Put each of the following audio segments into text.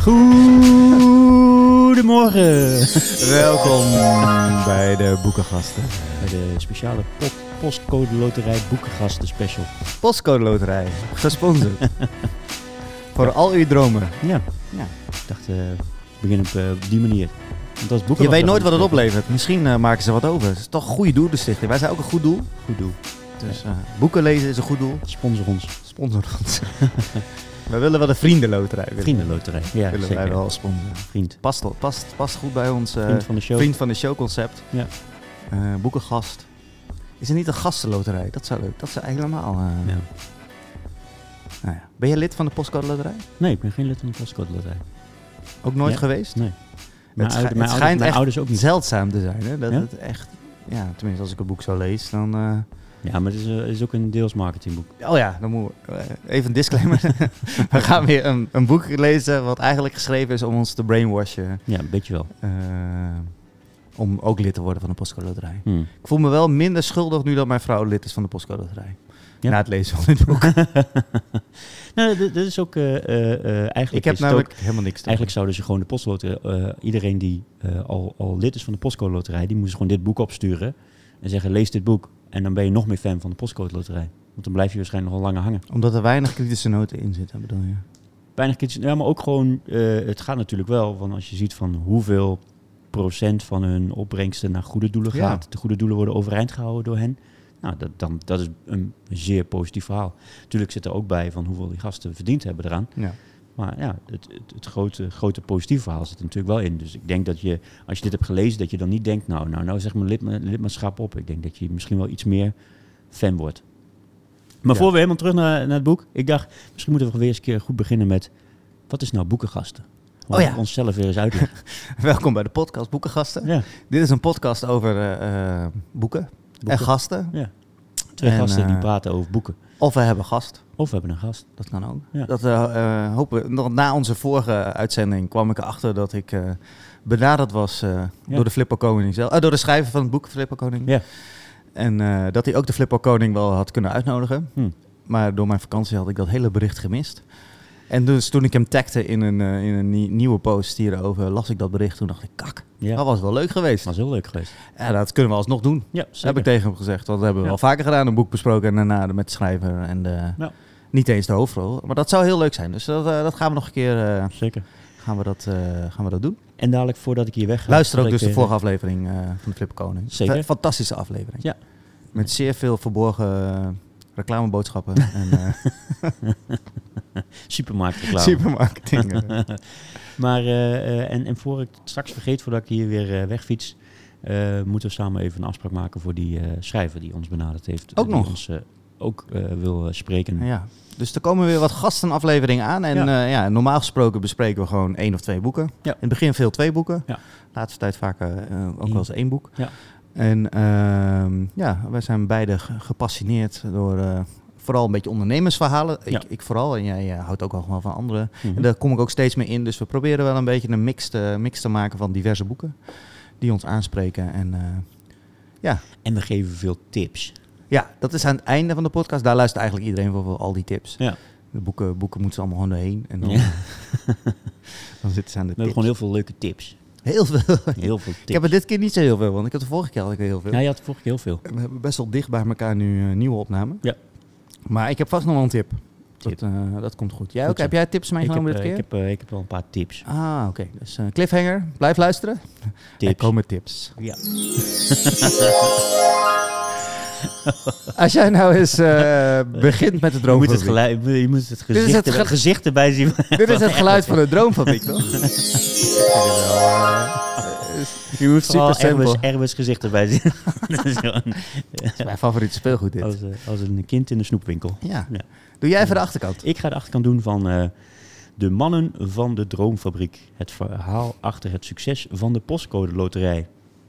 Goedemorgen. Welkom bij de Boekengasten. Bij de speciale Postcode Loterij Boekengasten special. Postcode Loterij, gesponsord. Voor al uw dromen. Ja. Ik dacht, begin op die manier. Want als Je weet nooit wat het oplevert. Misschien maken ze wat over. Het is toch een goede doel, de stichting. Wij zijn ook een goed doel. Goed doel. Dus boeken lezen is een goed doel. Sponsor ons. Sponsor ons. We willen wel de vriendenloterij. Vriendenloterij. Ja, willen zeker. wij wel sponsoren. Vriend. Past goed bij ons Vriend van de show. show concept. Ja. Boekengast. Is het niet een gastenloterij? Dat zou leuk. Dat zou helemaal... Ja. Nou ja. Ben jij lid van de Postcode Loterij? Nee, ik ben geen lid van de Postcode Loterij. Ook nooit geweest? Nee. Het schijnt mijn echt ouders ook niet. zeldzaam te zijn. Hè? Dat Ja? het echt... Ja, tenminste als ik een boek zo lees, dan... Ja, maar het is ook een deels marketingboek. Oh ja, dan moeten we... even een disclaimer. We gaan weer een boek lezen wat eigenlijk geschreven is om ons te brainwashen. Ja, een beetje wel. Om ook lid te worden van de Postcode Loterij. Hmm. Ik voel me wel minder schuldig nu dat mijn vrouw lid is van de Postcode Loterij. Ja? Na het lezen van dit boek. Nou, dat is ook eigenlijk... Ik heb is namelijk ook, helemaal niks te eigenlijk zouden ze gewoon de postloterij... iedereen die al lid is van de Postcode Loterij... die moest gewoon dit boek opsturen... en zeggen, lees dit boek... en dan ben je nog meer fan van de Postcode Loterij. Want dan blijf je waarschijnlijk nog wel langer hangen. Omdat er weinig kritische noten in zitten, bedoel je? Weinig kritisch... Ja, maar ook gewoon... het gaat natuurlijk wel... van als je ziet van hoeveel procent van hun opbrengsten... naar goede doelen gaat. De goede doelen worden overeind gehouden door hen... Nou, dat is een zeer positief verhaal. Natuurlijk zit er ook bij van hoeveel die gasten verdiend hebben eraan. Ja. Maar ja, het grote positieve verhaal zit er natuurlijk wel in. Dus ik denk dat je, als je dit hebt gelezen, dat je dan niet denkt... nou zeg mijn lidmaatschap op. Ik denk dat je misschien wel iets meer fan wordt. Maar voor we helemaal terug naar het boek... Ik dacht, misschien moeten we weer eens een keer goed beginnen met... Wat is nou Boekengasten? We onszelf weer eens uitleggen. Welkom bij de podcast Boekengasten. Ja. Dit is een podcast over boeken en gasten. Ja. Twee gasten die praten over boeken. Of we hebben gast. Of we hebben een gast. Dat kan ook. Ja. Dat hopen we. Nog na onze vorige uitzending kwam ik erachter dat ik benaderd was door de Flippo Koning zelf. Door de schrijver van het boek Flippo Koning. Ja. En dat hij ook de Flippo Koning wel had kunnen uitnodigen. Maar door mijn vakantie had ik dat hele bericht gemist. En dus toen ik hem tagde in een nieuwe post hierover, las ik dat bericht. Toen dacht ik, kak, dat was wel leuk geweest. Dat was heel leuk geweest. Ja, dat kunnen we alsnog doen. Ja, dat heb ik tegen hem gezegd. Want dat hebben we al vaker gedaan. Een boek besproken en daarna met de schrijver en niet eens de hoofdrol. Maar dat zou heel leuk zijn. Dus dat gaan we nog een keer... Zeker. Gaan we dat doen. En dadelijk voordat ik hier weg ga... Luister ook dus de vorige aflevering van de Flippo Koning. Zeker. Fantastische aflevering. Ja. Met zeer veel verborgen reclameboodschappen. En, Supermarktreclame. Supermarketing. Maar, en voor ik het straks vergeet, voordat ik hier weer wegfiets... moeten we samen even een afspraak maken voor die schrijver die ons benaderd heeft. Ook die nog? ons ook wil spreken. Ja. Dus er komen weer wat gastenafleveringen aan. En normaal gesproken bespreken we gewoon 1 of 2 boeken. Ja. In het begin veel 2 boeken. Ja. Laatste tijd vaker ook wel eens 1 boek. Ja. En wij zijn beide gepassioneerd door vooral een beetje ondernemersverhalen. Ja. Ik vooral, en jij houdt ook al gewoon van anderen. Mm-hmm. En daar kom ik ook steeds meer in. Dus we proberen wel een beetje een mix te maken van diverse boeken die ons aanspreken. En we geven veel tips. Ja, dat is aan het einde van de podcast. Daar luistert eigenlijk iedereen voor al die tips. Ja. De boeken moeten ze allemaal gewoon doorheen. En dan, dan zitten ze aan de We hebben tips. gewoon heel veel leuke tips. Heel veel. Heel veel tips. Ik heb er dit keer niet zo heel veel, want ik heb de vorige keer had ik er heel veel. Ja, je had de vorige keer heel veel. En we hebben best wel dicht bij elkaar nu nieuwe opnamen. Ja. Maar ik heb vast nog wel een tip. Dat komt goed. Jij ook? Goed zo. Heb jij tips meegenomen dit keer? Ik heb wel een paar tips. Oké. Dus cliffhanger. Blijf luisteren. Tips. Er komen tips. Ja. Als jij nou eens begint met de droomfabriek. Je moet het gezicht erbij zien. Dit is het geluid van de droomfabriek, toch? Je moet super simpel. Erwes gezicht erbij zien. Dat is mijn favoriete speelgoed dit. Als een kind in de snoepwinkel. Ja. Doe jij even de achterkant. Ik ga de achterkant doen van de mannen van de droomfabriek. Het verhaal achter het succes van de Postcode Loterij.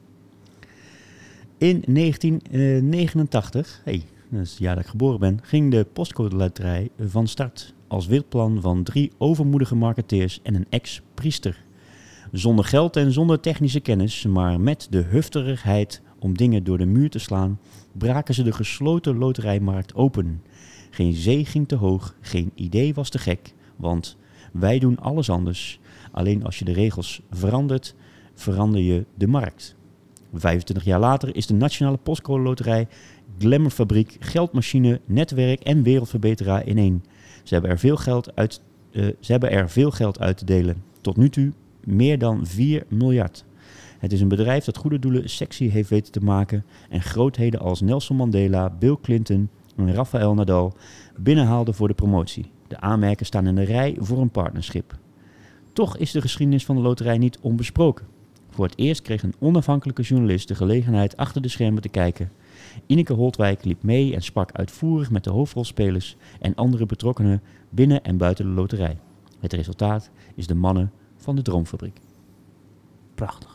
In 1989, dat is het jaar dat ik geboren ben, ging de Postcode Loterij van start als wildplan van 3 overmoedige marketeers en een ex-priester. Zonder geld en zonder technische kennis, maar met de hufterigheid om dingen door de muur te slaan, braken ze de gesloten loterijmarkt open. Geen zee ging te hoog, geen idee was te gek, want Wij doen alles anders. Alleen als je de regels verandert, verander je de markt. 25 jaar later is de Nationale Postcode Loterij glamourfabriek, geldmachine, netwerk en wereldverbeteraar in één. Ze hebben er veel geld uit te delen. Tot nu toe meer dan 4 miljard. Het is een bedrijf dat goede doelen sexy heeft weten te maken en grootheden als Nelson Mandela, Bill Clinton en Rafael Nadal binnenhaalde voor de promotie. De aanmerken staan in de rij voor een partnerschip. Toch is de geschiedenis van de loterij niet onbesproken. Voor het eerst kreeg een onafhankelijke journalist de gelegenheid achter de schermen te kijken. Ineke Holtwijk liep mee en sprak uitvoerig met de hoofdrolspelers en andere betrokkenen binnen en buiten de loterij. Het resultaat is de mannen van de Droomfabriek. Prachtig.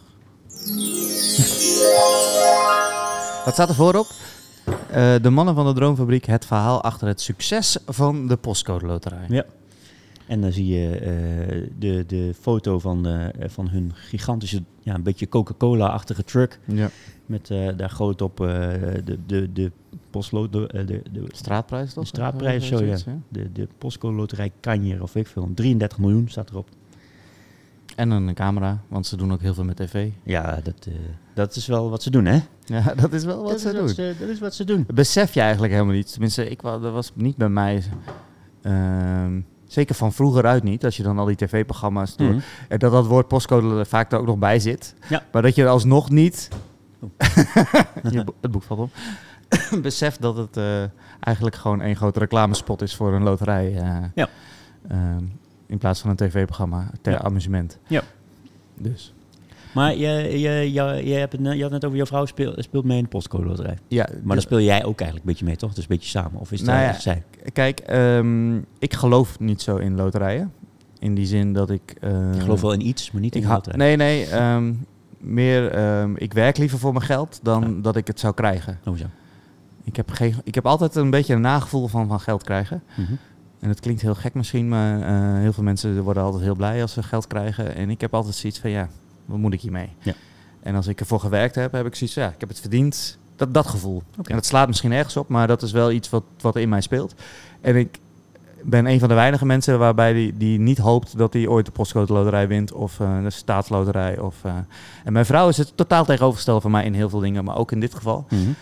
Wat staat er voorop? De mannen van de Droomfabriek, het verhaal achter het succes van de Postcode Loterij. Ja. En dan zie je de foto van hun gigantische, een beetje Coca-Cola-achtige truck. Ja. Met daar groot op de straatprijs toch? De straatprijs, zo ja. De Postcode Loterij Kanjer of ik veel. 33 miljoen staat erop. En een camera, want ze doen ook heel veel met tv. Ja, dat is wel wat ze doen, hè? Ja, dat is wel wat ze doen. Dat is wat ze doen. Dat besef je eigenlijk helemaal niet. Tenminste, dat was niet bij mij. Zeker van vroeger uit niet, als je dan al die tv-programma's doet. En dat woord postcode er vaak er ook nog bij zit. Ja. Maar dat je er alsnog niet... het boek valt op. beseft dat het eigenlijk gewoon één grote reclamespot is voor een loterij. In plaats van een tv-programma ter amusement. Ja. Dus. Maar je had het net over jouw vrouw speelt mee in de Postcode Loterij. Ja. Maar dan speel jij ook eigenlijk een beetje mee, toch? Dus een beetje samen. Of is het zij? Kijk, ik geloof niet zo in loterijen. In die zin dat ik... je gelooft wel in iets, maar niet in de loterij. Nee. Ik werk liever voor mijn geld dan dat ik het zou krijgen. Oh zo. Ik heb altijd een beetje een nagevoel van geld krijgen. Mm-hmm. En het klinkt heel gek misschien, maar heel veel mensen worden altijd heel blij als ze geld krijgen. En ik heb altijd zoiets van, wat moet ik hiermee? Ja. En als ik ervoor gewerkt heb ik zoiets van, ik heb het verdiend. Dat gevoel. Okay. En dat slaat misschien ergens op, maar dat is wel iets wat in mij speelt. En ik ben een van de weinige mensen waarbij die niet hoopt dat hij ooit de Postcode Loterij wint of de staatsloterij. En mijn vrouw is het totaal tegenovergestelde van mij in heel veel dingen, maar ook in dit geval. Mm-hmm.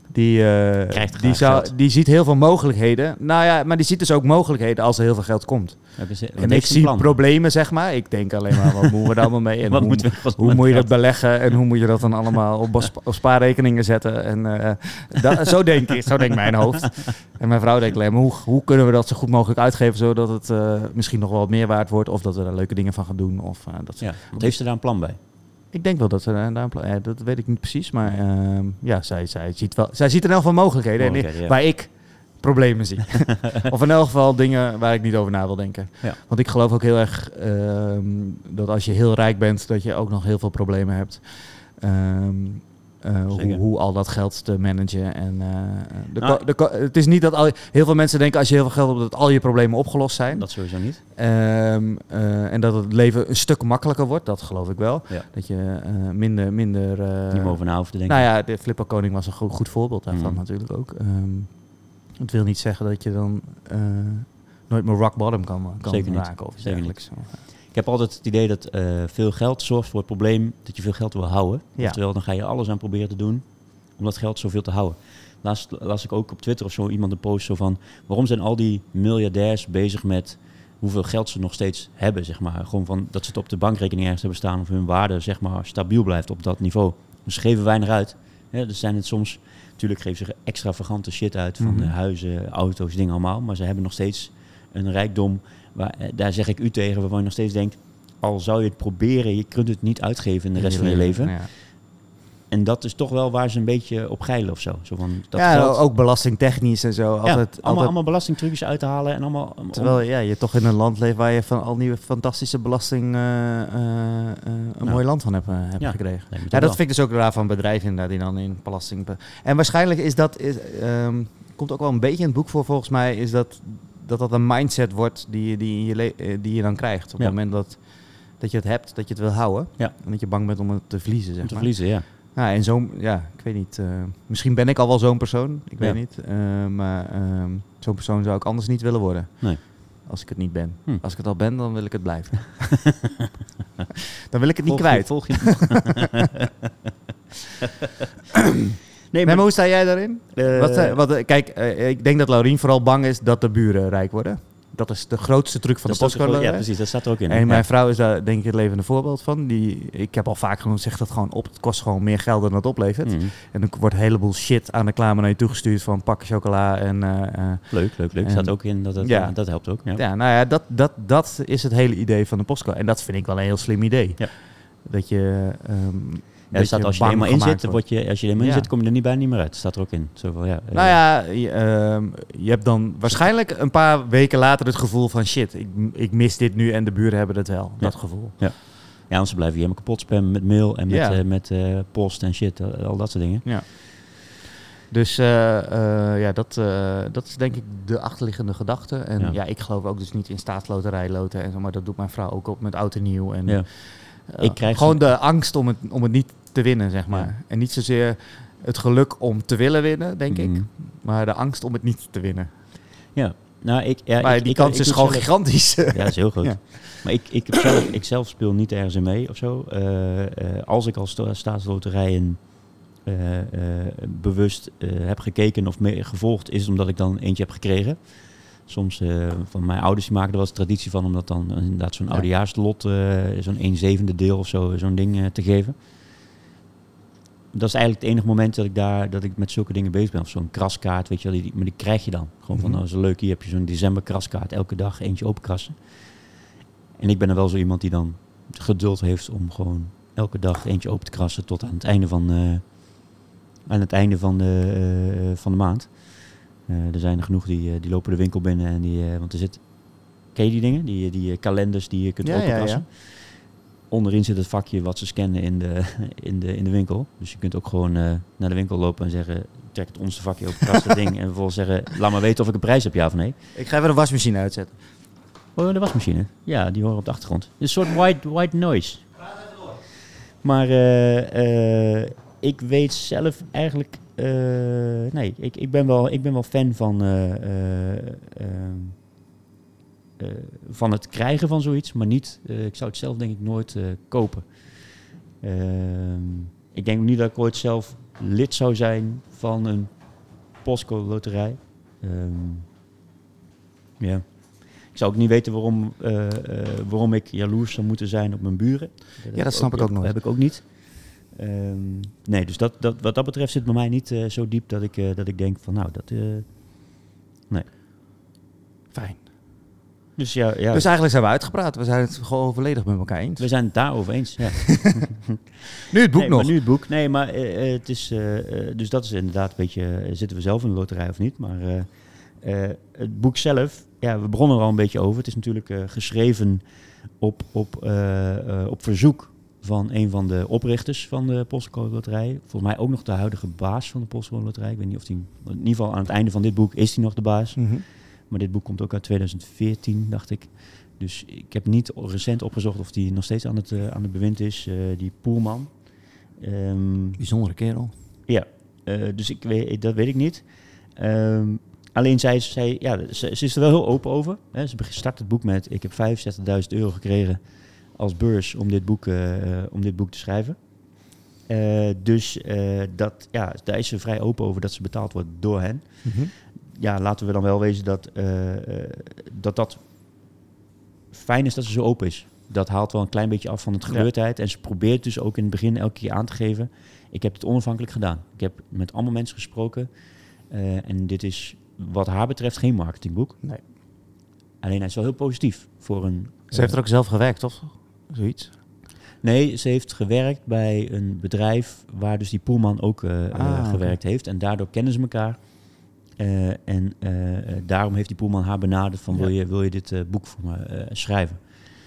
Die ziet heel veel mogelijkheden. Nou ja, maar die ziet dus ook mogelijkheden als er heel veel geld komt. En ik zie problemen, zeg maar. Ik denk alleen maar, wat moeten we daar allemaal mee? En hoe moet je dat beleggen? En hoe moet je dat dan allemaal op spaarrekeningen zetten? En zo denkt mijn hoofd. En mijn vrouw denkt alleen maar, hoe kunnen we dat zo goed mogelijk uitgeven, zodat het misschien nog wel wat meer waard wordt, of dat we er leuke dingen van gaan doen. Wat heeft ze daar een plan bij? Ik denk wel dat ze daar een plan... dat weet ik niet precies, maar zij ziet in elk geval mogelijkheden. Waar ik problemen zie. Of in elk geval dingen waar ik niet over na wil denken. Ja. Want ik geloof ook heel erg dat als je heel rijk bent, dat je ook nog heel veel problemen hebt. Hoe al dat geld te managen. En, het is niet dat heel veel mensen denken als je heel veel geld hebt dat al je problemen opgelost zijn. Dat sowieso niet. En dat het leven een stuk makkelijker wordt, dat geloof ik wel. Ja. Dat je minder... niet meer over na hoeft te denken. Nou ja, de Flipper Koning was een goed voorbeeld daarvan natuurlijk ook. Het wil niet zeggen dat je dan nooit meer rock bottom kan raken of iets dergelijks. Ik heb altijd het idee dat veel geld zorgt voor het probleem dat je veel geld wil houden. Ja. Terwijl dan ga je alles aan proberen te doen om dat geld zoveel te houden. Laatst las ik ook op Twitter of zo iemand een post zo van, waarom zijn al die miljardairs bezig met hoeveel geld ze nog steeds hebben, zeg maar. Gewoon van dat ze het op de bankrekening ergens hebben staan of hun waarde, zeg maar, stabiel blijft op dat niveau. Dus ze geven weinig uit. Ja, dus zijn het soms, natuurlijk geven ze extravagante shit uit van huizen, auto's, dingen allemaal. Maar ze hebben nog steeds een rijkdom. Daar zeg ik u tegen, waarvan je nog steeds denkt, al zou je het proberen, je kunt het niet uitgeven in de rest van je leven. Ja. En dat is toch wel waar ze een beetje op geilen of zo. Zo van, dat geld, ook belastingtechnisch en zo. Allemaal belastingtrucjes uit te halen. En allemaal, terwijl je toch in een land leeft waar je van al die fantastische belasting een mooi land van hebt gekregen. Dat vind ik dus ook raar van bedrijven inderdaad, die dan in belasting... En waarschijnlijk is dat... komt ook wel een beetje in het boek voor volgens mij, is dat een mindset wordt die je dan krijgt. Op het moment dat je het hebt, dat je het wil houden. Ja. En dat je bang bent om het te verliezen, zeg maar. Te verliezen, ja. Ja, en ik weet niet. Misschien ben ik al wel zo'n persoon. Ik weet niet. Maar zo'n persoon zou ik anders niet willen worden. Nee. als ik het niet ben. Als ik het al ben, dan wil ik het blijven. Dan wil ik het niet kwijt. Volg je. Nee, maar hoe sta jij daarin? Kijk, ik denk dat Laurien vooral bang is dat de buren rijk worden. Dat is de grootste truc van de postcode. Ja, precies, dat staat er ook in. En mijn vrouw is daar denk ik het levende voorbeeld van. Ik heb al vaak genoemd, zegt dat gewoon op. Het kost gewoon meer geld dan het oplevert. En dan wordt een heleboel shit aan de reclame naar je toegestuurd van pakken chocola en... Leuk. Staat ook in, dat helpt ook. Ja, nou ja, dat is het hele idee van de postcode. En dat vind ik wel een heel slim idee. Ja. Dat je... als je er eenmaal in zit, kom je er niet meer uit. Staat er ook in. Zoveel, nou ja, je hebt dan waarschijnlijk een paar weken later het gevoel van shit, ik mis dit nu en de buren hebben het wel. Dat gevoel. Ja, anders blijf je helemaal kapot spammen met mail en met post en shit, al dat soort dingen. Ja. Dus dat is denk ik de achterliggende gedachte. En ik geloof ook dus niet in staatsloterij loten en zo, maar dat doet mijn vrouw ook op met oud en nieuw. En ik krijg gewoon de angst om het niet te winnen, zeg maar. Ja. En niet zozeer het geluk om te willen winnen, denk ik. Maar de angst om het niet te winnen. Ja. Nou, die kans is gewoon gigantisch. Ja, dat is heel groot. Ja. Maar ik zelf speel niet ergens in mee of zo. Als ik als staatsloterijen bewust heb gekeken of gevolgd, is het omdat ik dan eentje heb gekregen. Soms van mijn ouders, die maken er wel eens traditie van om dat dan inderdaad zo'n oudejaarslot, zo'n 1/7 deel of zo, zo'n ding te geven. Dat is eigenlijk het enige moment dat ik met zulke dingen bezig ben. Of zo'n kraskaart, weet je wel, maar die krijg je dan. Gewoon van, dat is leuk, hier heb je zo'n december kraskaart, elke dag eentje openkrassen. En ik ben er wel zo iemand die dan geduld heeft om gewoon elke dag eentje open te krassen tot aan het einde van de maand. Er zijn er genoeg die lopen de winkel binnen en want er zit, ken je die dingen? Die kalenders die je kunt openkrassen. Ja. Onderin zit het vakje wat ze scannen in de winkel. Dus je kunt ook gewoon naar de winkel lopen en zeggen, trek het onderste vakje open, kras dat ding en vervolgens zeggen, laat maar weten of ik een prijs heb, ja of nee. Ik ga even de wasmachine uitzetten. Oh, de wasmachine? Ja, die horen op de achtergrond. Een soort white noise. Maar ik weet zelf eigenlijk... nee, ik ben wel fan van het krijgen van zoiets, maar niet... ik zou het zelf denk ik nooit kopen. Ik denk niet dat ik ooit zelf lid zou zijn van een postcode loterij. Ja. Ik zou ook niet weten waarom ik jaloers zou moeten zijn op mijn buren. Dat snap ik ook nooit. Dat heb ik ook niet. Nee, dus wat dat betreft zit bij mij niet zo diep dat ik denk van nou, dat... nee. Fijn. Dus ja. Dus eigenlijk zijn we uitgepraat. We zijn het gewoon volledig met elkaar eens. We zijn het daarover eens, ja. Nu het boek nog. Maar nu het boek. Nee, maar het is... dus dat is inderdaad een beetje... zitten we zelf in de loterij of niet? Maar het boek zelf... Ja, we begonnen er al een beetje over. Het is natuurlijk geschreven op verzoek van een van de oprichters van de Postcode Loterij. Volgens mij ook nog de huidige baas van de Postcode Loterij. Ik weet niet of die... In ieder geval aan het einde van dit boek is hij nog de baas. Mm-hmm. Maar dit boek komt ook uit 2014, dacht ik. Dus ik heb niet recent opgezocht of die nog steeds aan het bewind is. Die Poelman. Bijzondere kerel. Ja, dus dat weet ik niet. Alleen ze is er wel heel open over. Hè. Ze start het boek met... Ik heb €65.000 gekregen als beurs om dit boek te schrijven. Dus daar is ze vrij open over dat ze betaald wordt door hen. Mm-hmm. Ja, laten we dan wel wezen dat fijn is dat ze zo open is. Dat haalt wel een klein beetje af van het geleerdheid. Ja. En ze probeert dus ook in het begin elke keer aan te geven... Ik heb het onafhankelijk gedaan. Ik heb met allemaal mensen gesproken. En dit is wat haar betreft geen marketingboek. Nee. Alleen hij is wel heel positief voor een... Ze heeft er ook zelf gewerkt, toch? Zoiets? Nee, ze heeft gewerkt bij een bedrijf waar dus die Poelman ook gewerkt heeft. En daardoor kennen ze elkaar. Daarom heeft die Poelman haar benaderd van wil je dit boek voor me schrijven.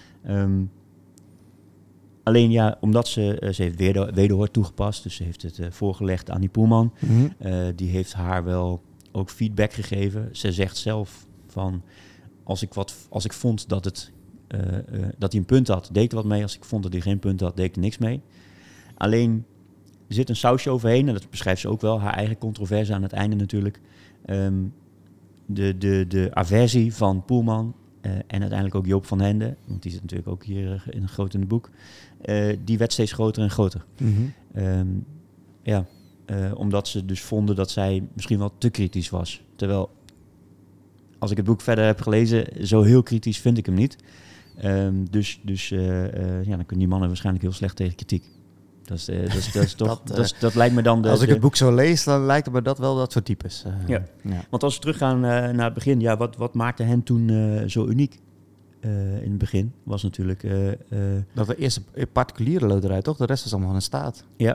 Alleen ja, omdat ze heeft wederhoor toegepast, dus ze heeft het voorgelegd aan die Poelman. Mm-hmm. Die heeft haar wel ook feedback gegeven. Ze zegt zelf van als ik vond dat hij een punt had, deed ik er wat mee. Als ik vond dat hij geen punt had, deed ik er niks mee. Alleen er zit een sausje overheen en dat beschrijft ze ook wel. Haar eigen controverse aan het einde natuurlijk. De aversie van Poelman en uiteindelijk ook Joop van Hende, want die zit natuurlijk ook hier groot in het boek, die werd steeds groter en groter. Mm-hmm. Omdat ze dus vonden dat zij misschien wel te kritisch was. Terwijl, als ik het boek verder heb gelezen, zo heel kritisch vind ik hem niet. Dan kunnen die mannen waarschijnlijk heel slecht tegen kritiek. Dat lijkt me dan... Als ik het boek zo lees, dan lijkt het me dat wel dat soort types. Ja. Want als we teruggaan naar het begin, wat maakte hen toen zo uniek? In het begin was natuurlijk... dat de eerste particuliere loterij, toch? De rest is allemaal van een staat. Ja,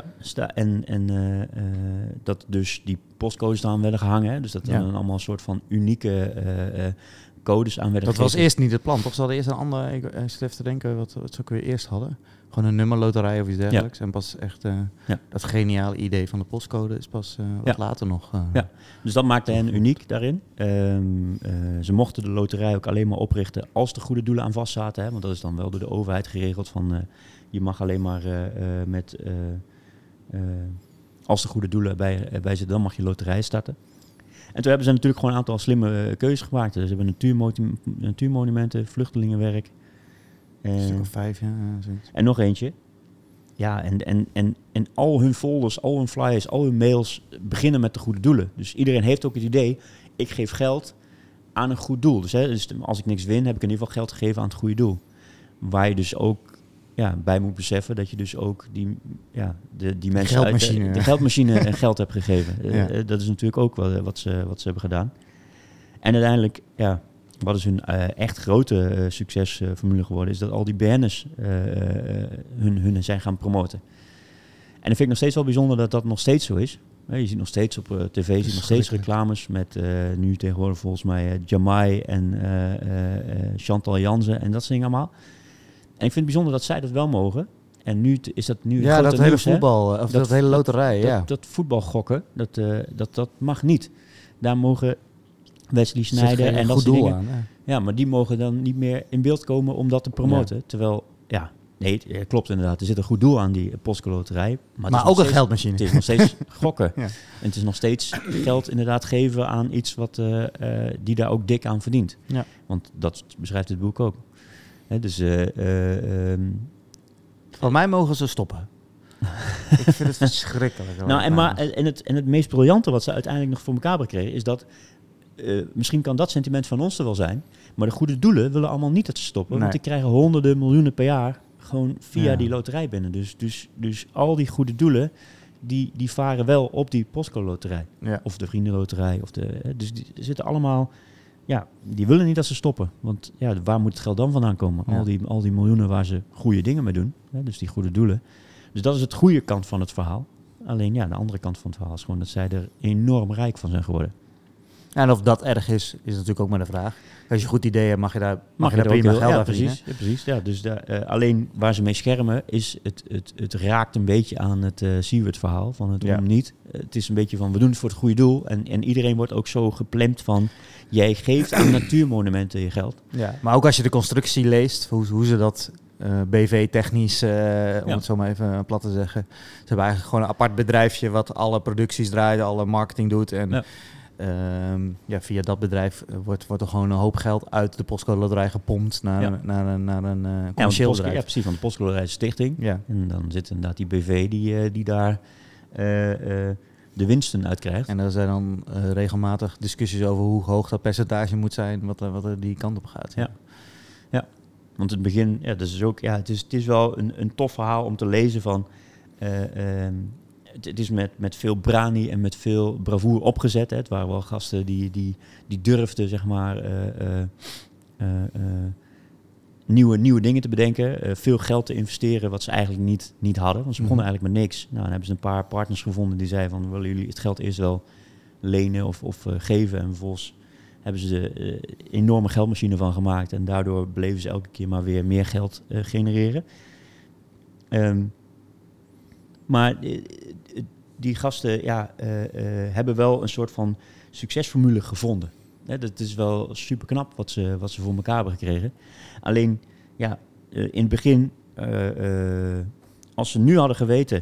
dat dus die postcodes aan werden gehangen. Hè? Dus dat er dan allemaal een soort van unieke codes aan werden dat gegeven. Was eerst niet het plan, toch? Ze hadden eerst een ander... Ik zit even te denken wat ze ook weer eerst hadden. Gewoon een nummerloterij of iets dergelijks. En pas echt dat geniale idee van de postcode is pas wat later nog. Ja, dus dat maakte hen uniek daarin. Ze mochten de loterij ook alleen maar oprichten als de goede doelen aan vast zaten. Hè? Want dat is dan wel door de overheid geregeld van... je mag alleen maar als de goede doelen bij zitten, dan mag je loterij starten. En toen hebben ze natuurlijk gewoon een aantal slimme keuzes gemaakt. Dus ze hebben natuurmonumenten, vluchtelingenwerk... Een stuk of 5, ja. Zoiets. En nog eentje. Ja, en al hun folders, al hun flyers, al hun mails beginnen met de goede doelen. Dus iedereen heeft ook het idee, ik geef geld aan een goed doel. Dus als ik niks win, heb ik in ieder geval geld gegeven aan het goede doel. Waar je dus ook bij moet beseffen dat je dus ook die mensen geldmachine. uit de geldmachine geld hebt gegeven. Dat is natuurlijk ook wat ze hebben gedaan. En uiteindelijk, wat is hun echt grote succesformule geworden, is dat al die BN'ers hun zijn gaan promoten. En dat vind ik nog steeds wel bijzonder dat dat nog steeds zo is. Je ziet nog steeds op tv nog steeds reclames met nu tegenwoordig volgens mij Jamai en Chantal Jansen en dat soort dingen allemaal. En ik vind het bijzonder dat zij dat wel mogen. En nu is dat nu dat hele nieuws, voetbal, of dat hele loterij, dat voetbalgokken, dat mag niet. Daar mogen Wesley Sneijder en dat soort dingen. Aan, ja, maar die mogen dan niet meer in beeld komen om dat te promoten. Terwijl, het klopt inderdaad. Er zit een goed doel aan die postcode loterij. Maar ook een geldmachine. Het is nog steeds gokken. En het is nog steeds geld inderdaad geven aan iets wat die daar ook dik aan verdient. Ja. Want dat beschrijft het boek ook. Dus... Van mij mogen ze stoppen. Ik vind het verschrikkelijk. En het meest briljante wat ze uiteindelijk nog voor elkaar hebben gekregen is dat misschien kan dat sentiment van ons er wel zijn, maar de goede doelen willen allemaal niet dat ze stoppen, want die krijgen honderden miljoenen per jaar gewoon via die loterij binnen. Dus al die goede doelen die varen wel op die postcode loterij of de vriendenloterij dus die zitten allemaal. Ja, die willen niet dat ze stoppen. Want waar moet het geld dan vandaan komen? Ja. Al die miljoenen waar ze goede dingen mee doen. Dus die goede doelen. Dus dat is het goede kant van het verhaal. Alleen de andere kant van het verhaal is gewoon dat zij er enorm rijk van zijn geworden. En of dat erg is natuurlijk ook maar de vraag. Als je een goed idee hebt, mag je daar prima geld aan verdienen. Precies. Ja, dus alleen waar ze mee schermen is, het raakt een beetje aan het Siewert verhaal. Van het om niet. Het is een beetje van, we doen het voor het goede doel. En iedereen wordt ook zo geplemd van, jij geeft aan natuurmonumenten je geld. Ja, maar ook als je de constructie leest, hoe ze dat BV-technisch, om het zo maar even plat te zeggen. Ze hebben eigenlijk gewoon een apart bedrijfje wat alle producties draait, alle marketing doet. En via dat bedrijf wordt er gewoon een hoop geld uit de postcode loterij gepompt naar een commercieel bedrijf. Ja, precies, van de postcode loterij stichting. Ja. En dan zit inderdaad die BV die daar de winsten uit krijgt. En er zijn dan regelmatig discussies over hoe hoog dat percentage moet zijn, wat er die kant op gaat. Ja. Want het begin, dat is ook, het is wel een tof verhaal om te lezen van. Het is met veel brani en met veel bravoure opgezet. Hè. Het waren wel gasten die durfden, zeg maar, nieuwe dingen te bedenken. Veel geld te investeren wat ze eigenlijk niet hadden. Want ze begonnen eigenlijk met niks. Nou, dan hebben ze een paar partners gevonden die zeiden van, willen jullie het geld eerst wel lenen of geven? En vervolgens hebben ze er enorme geldmachine van gemaakt. En daardoor bleven ze elke keer maar weer meer geld genereren. Maar die gasten hebben wel een soort van succesformule gevonden. Dat is wel super knap wat ze voor elkaar hebben gekregen. Alleen, in het begin, als ze nu hadden geweten,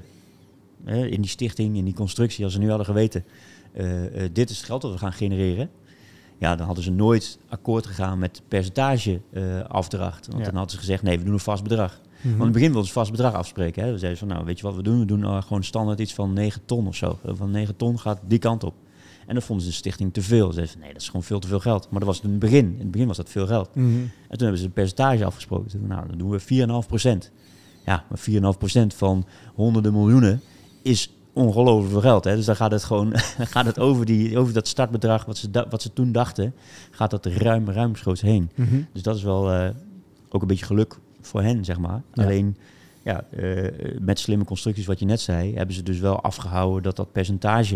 in die stichting, in die constructie, als ze nu hadden geweten, dit is het geld dat we gaan genereren. Ja, dan hadden ze nooit akkoord gegaan met percentage afdracht. Want dan hadden ze gezegd, nee, we doen een vast bedrag. Want in het begin wilden ze vast bedrag afspreken. Hè. We zeiden van, nou, weet je wat we doen? We doen gewoon standaard iets van 9 ton of zo. Van 9 ton gaat die kant op. En dat vonden ze de stichting te veel. Ze zeiden van, nee, dat is gewoon veel te veel geld. Maar dat was in het begin. In het begin was dat veel geld. En toen hebben ze een percentage afgesproken. Toen, nou, dan doen we 4,5%. Ja, maar 4,5% van honderden miljoenen is ongelooflijk veel geld. Hè? Dus dan gaat het gewoon gaat het over dat startbedrag wat ze toen dachten, gaat dat ruimschoots heen. Dus dat is wel ook een beetje geluk voor hen, zeg maar. Ja. Alleen, met slimme constructies, wat je net zei, hebben ze dus wel afgehouden dat percentage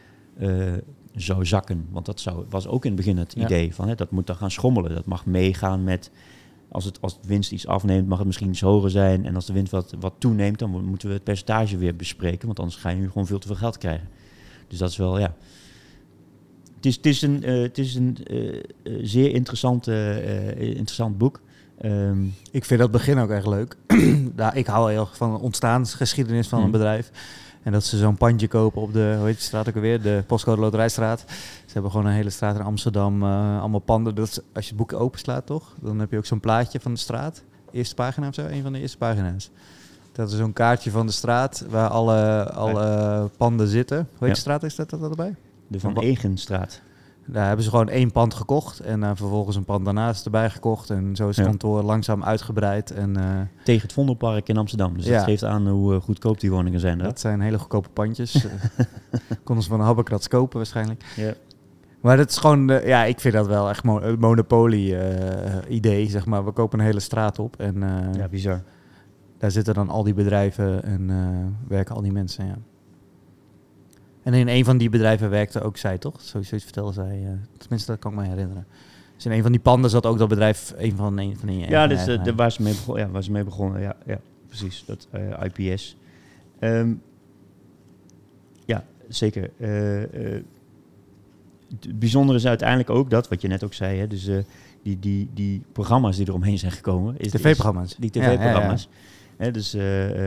zou zakken. Want dat was ook in het begin het idee van, dat moet dan gaan schommelen. Dat mag meegaan met, als het winst iets afneemt, mag het misschien iets hoger zijn. En als de winst wat toeneemt, dan moeten we het percentage weer bespreken. Want anders ga je nu gewoon veel te veel geld krijgen. Dus dat is wel, ja. Het is een zeer interessant boek. Ik vind dat begin ook echt leuk. Ik hou heel erg van de ontstaansgeschiedenis van een bedrijf. En dat ze zo'n pandje kopen op de, hoe heet de straat ook alweer? De Postcode Loterijstraat. Ze hebben gewoon een hele straat in Amsterdam, allemaal panden. Als je het boek openslaat, toch? Dan heb je ook zo'n plaatje van de straat. Eerste pagina of zo, een van de eerste pagina's. Dat is zo'n kaartje van de straat waar alle panden zitten. Hoe heet de straat is dat erbij? De Van Egenstraat. Daar hebben ze gewoon 1 pand gekocht en vervolgens een pand daarnaast erbij gekocht. En zo is het kantoor langzaam uitgebreid. Tegen het Vondelpark in Amsterdam. Dus dat geeft aan hoe goedkoop die woningen zijn. Dat zijn hele goedkope pandjes. Konden ze van een habbekrats kopen waarschijnlijk. Ja. Maar dat is gewoon, ik vind dat wel echt een monopolie-idee, zeg maar. We kopen een hele straat op en ja, bizar. Daar zitten dan al die bedrijven en werken al die mensen, ja. En in een van die bedrijven werkte ook zij, toch? Zoiets vertelde zij. Tenminste, dat kan ik me herinneren. Dus in een van die panden zat ook dat bedrijf, een van die... Ja, dus waar ze mee begonnen. Ja, precies. Dat IPS. Ja, zeker. Het bijzondere is uiteindelijk ook dat, wat je net ook zei, hè, dus die programma's die eromheen zijn gekomen. TV-programma's. Die TV-programma's. Ja. Dus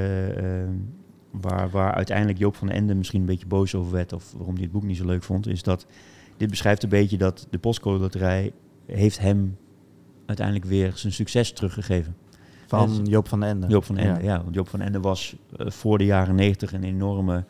waar uiteindelijk Joop van den Ende misschien een beetje boos over werd, of waarom hij het boek niet zo leuk vond, is dat dit beschrijft een beetje dat de Postcode Loterij heeft hem uiteindelijk weer zijn succes teruggegeven. Van Joop van den Ende. Joop van den Ende, ja. Want Joop van den Ende was voor de jaren 90 een enorme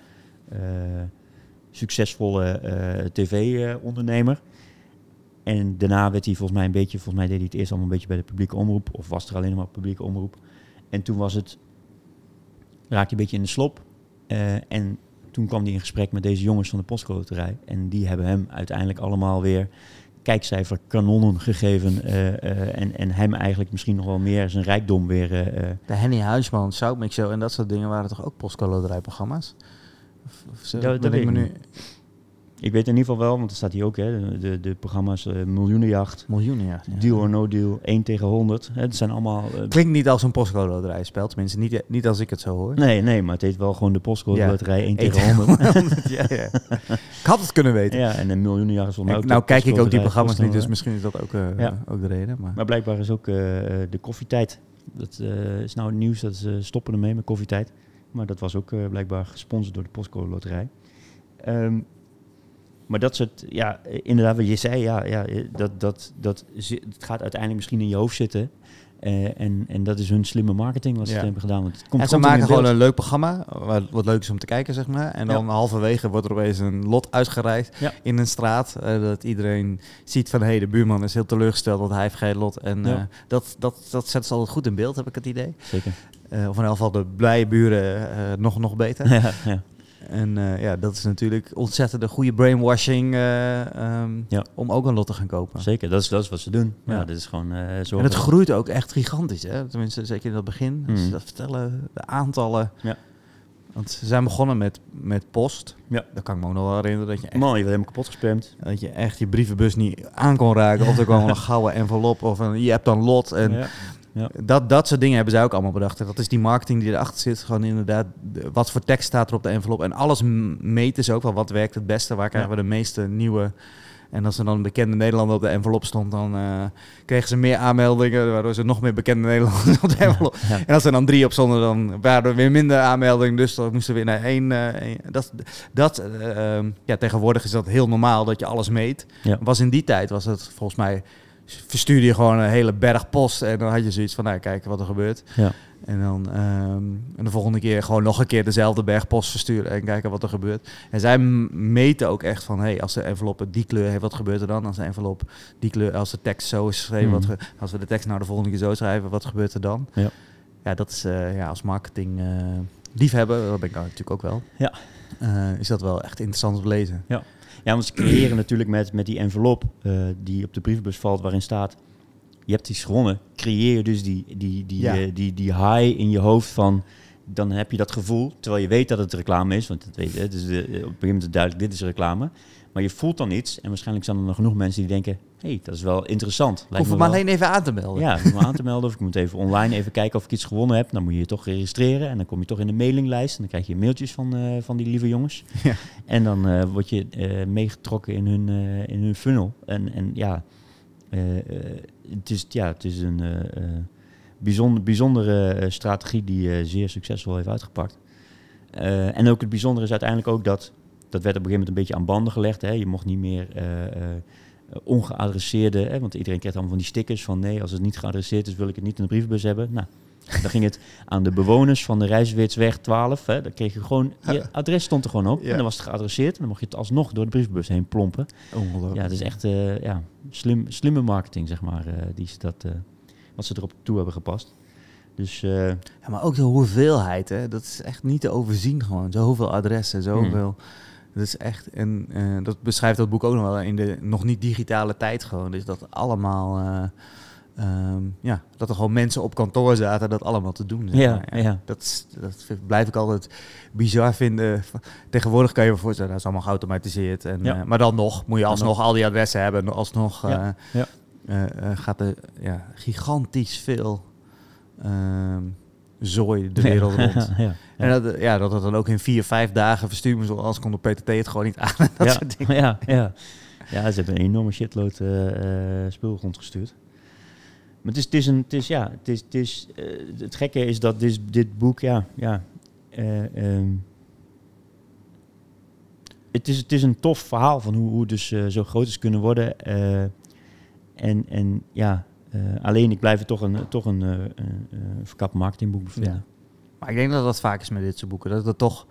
succesvolle tv-ondernemer. En daarna werd hij volgens mij deed hij het eerst allemaal een beetje bij de publieke omroep, of was er alleen maar publieke omroep. En toen raakte hij een beetje in de slop. En toen kwam hij in gesprek met deze jongens van de Postcode Loterij. En die hebben hem uiteindelijk allemaal weer kijkcijferkanonnen gegeven. En hem eigenlijk misschien nog wel meer zijn rijkdom weer... De Henny Huisman, Soutmix Show en dat soort dingen waren toch ook Postcode Loterij-programma's? Dat weet ik nu. Ik weet in ieder geval wel, want er staat hier ook, hè, de programma's Miljoenenjacht. Miljoenenjacht, ja. Deal or No Deal, 1 tegen 100. Het zijn allemaal... Klinkt niet als een Postcode Loterij spel, tenminste niet als ik het zo hoor. Nee, maar het heet wel gewoon de Postcode Loterij 1 tegen 100. Ja. Ik had het kunnen weten. Ja, en een Miljoenenjacht is volgens mij ook... Nou kijk ik ook die programma's niet, dus misschien is dat ook de reden. Maar blijkbaar is ook de koffietijd. Dat is nou het nieuws, dat ze stoppen ermee met koffietijd. Maar dat was ook blijkbaar gesponsord door de Postcode Loterij. Maar dat soort, ja, inderdaad, wat je zei, dat het gaat uiteindelijk misschien in je hoofd zitten. En dat is hun slimme marketing wat ze hebben gedaan. Want het komt en ze maken gewoon een leuk programma, wat leuk is om te kijken, zeg maar. En dan halverwege wordt er opeens een lot uitgereikt in een straat. Dat iedereen ziet van, de buurman is heel teleurgesteld, want hij heeft geen lot. En dat zet ze altijd goed in beeld, heb ik het idee. Zeker. Of in elk geval de blije buren nog beter. Ja. En dat is natuurlijk ontzettend een goede brainwashing om ook een lot te gaan kopen. Zeker, dat is wat ze doen. Ja, dit is gewoon en het groeit ook echt gigantisch, hè? Tenminste, zeker in het begin. Ze dat vertellen, de aantallen. Ja. Want ze zijn begonnen met post. Ja. Dat kan ik me ook nog wel herinneren. Dat je echt, man, je werd helemaal kapot gespamd. Dat je echt je brievenbus niet aan kon raken. Of er kwam wel een gouden envelop of je hebt dan lot. En dat soort dingen hebben zij ook allemaal bedacht. Dat is die marketing die erachter zit. Gewoon inderdaad, wat voor tekst staat er op de envelop. En alles meten ze ook wel. Wat werkt het beste? Waar krijgen we de meeste nieuwe En als er dan een bekende Nederlander op de envelop stond, dan kregen ze meer aanmeldingen, waardoor ze nog meer bekende Nederlanders op de envelop. Ja. En als er dan 3 op stonden, dan waren er weer minder aanmeldingen. Dus dan moesten we weer naar 1. Tegenwoordig is dat heel normaal dat je alles meet. Ja. In die tijd was het volgens mij, verstuurde je gewoon een hele berg post en dan had je zoiets van, nou, kijken wat er gebeurt. Ja. En dan de volgende keer gewoon nog een keer dezelfde berg post versturen en kijken wat er gebeurt. En zij meten ook echt van, als de envelop die kleur heeft, wat gebeurt er dan? Als de envelop die kleur, als de tekst zo is geschreven, als we de tekst nou de volgende keer zo schrijven, wat gebeurt er dan? Ja, dat is als marketing liefhebber, dat ben ik natuurlijk ook wel. Ja. Is dat wel echt interessant om te lezen. Ja. Ja, want ze creëren natuurlijk met die envelop die op de brievenbus valt, waarin staat, je hebt iets gewonnen. Creëer je dus die high in je hoofd van, dan heb je dat gevoel, terwijl je weet dat het reclame is, want dat weet je, dus op een gegeven moment is duidelijk, dit is reclame. Maar je voelt dan iets en waarschijnlijk zijn er nog genoeg mensen die denken, dat is wel interessant. Ik hoef me maar alleen even aan te melden. Ja, ik moet me aan te melden of ik moet even online even kijken of ik iets gewonnen heb. Dan moet je je toch registreren en dan kom je toch in de mailinglijst en dan krijg je mailtjes van die lieve jongens. Ja. En dan word je meegetrokken in hun funnel. Het is een bijzondere strategie die zeer succesvol heeft uitgepakt. En ook het bijzondere is uiteindelijk ook dat werd op een gegeven moment een beetje aan banden gelegd. Hè. Je mocht niet meer ongeadresseerde, want iedereen krijgt allemaal van die stickers van nee, als het niet geadresseerd is, wil ik het niet in de brievenbus hebben. Nou, dan ging het aan de bewoners van de Rijsweertsweg 12. Hè. Dan kreeg je gewoon, je adres stond er gewoon op en dan was het geadresseerd en dan mocht je het alsnog door de brievenbus heen plompen. Ja, het is echt slimme marketing, zeg maar, wat ze erop toe hebben gepast. Dus, maar ook de hoeveelheid, hè? Dat is echt niet te overzien gewoon. Zoveel adressen, zoveel. Dat is echt, en dat beschrijft dat boek ook nog wel in de nog niet digitale tijd gewoon. Dus dat allemaal, dat er gewoon mensen op kantoor zaten dat allemaal te doen. Zeg maar. Ja. Dat blijf ik altijd bizar vinden. Tegenwoordig kan je je voorstellen, dat is allemaal geautomatiseerd. Maar dan nog, moet je alsnog al die adressen hebben. En alsnog gaat er gigantisch veel zooi de wereld rond. En dat het dan ook in 4-5 dagen verstuurd moet worden, anders kon de PTT het gewoon niet aan. Soort dingen. Ja, ze hebben een enorme shitload spul rondgestuurd. Maar het gekke is dat dit boek, het is een tof verhaal van hoe het dus zo groot is kunnen worden. Alleen ik blijf het toch een verkapt marketingboek bevinden. Ja. Maar ik denk dat dat vaak is met dit soort boeken. Dat het toch...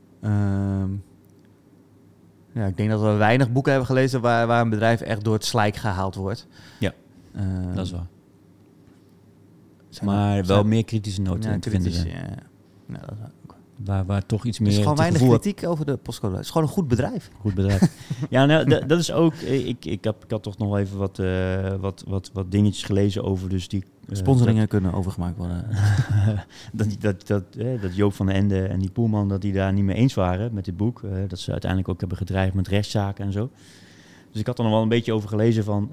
ik denk dat we weinig boeken hebben gelezen waar een bedrijf echt door het slijk gehaald wordt. Ja, dat is waar. Maar wel meer kritische noten te vinden zijn. Ja, dat is waar. Waar toch iets meer... Er is gewoon weinig kritiek over de postcode. Het is gewoon een goed bedrijf. Goed bedrijf. Ja, nou, dat is ook... Ik had toch nog wel even wat dingetjes gelezen over dus die... Sponsoringen kunnen overgemaakt worden. dat Joop van den Ende en die Poelman, dat die daar niet mee eens waren met dit boek. Dat ze uiteindelijk ook hebben gedreigd met rechtszaken en zo. Dus ik had er nog wel een beetje over gelezen van...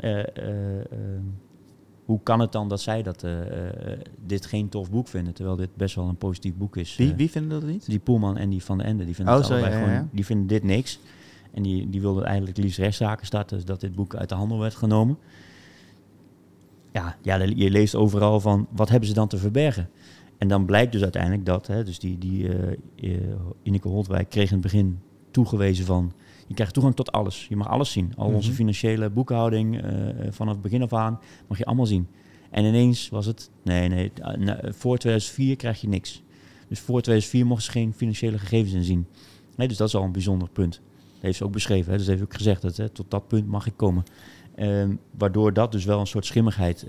hoe kan het dan dat zij dit geen tof boek vinden, terwijl dit best wel een positief boek is? Wie vinden dat niet? Die Poelman en die Van den Ende, die vinden het allebei gewoon. Die vinden dit niks. En die wilden eigenlijk liefst rechtszaken starten, dus dat dit boek uit de handel werd genomen. Ja, je leest overal van, wat hebben ze dan te verbergen? En dan blijkt dus uiteindelijk dat, dus Ineke Holtwijk kreeg in het begin toegewezen van, je krijgt toegang tot alles. Je mag alles zien. Al onze financiële boekhouding vanaf het begin af aan mag je allemaal zien. En ineens was het, voor 2004 krijg je niks. Dus voor 2004 mochten ze geen financiële gegevens inzien. Nee, dus dat is al een bijzonder punt. Dat heeft ze ook beschreven. Dus heeft ook gezegd dat tot dat punt mag ik komen. Waardoor dat dus wel een soort schimmigheid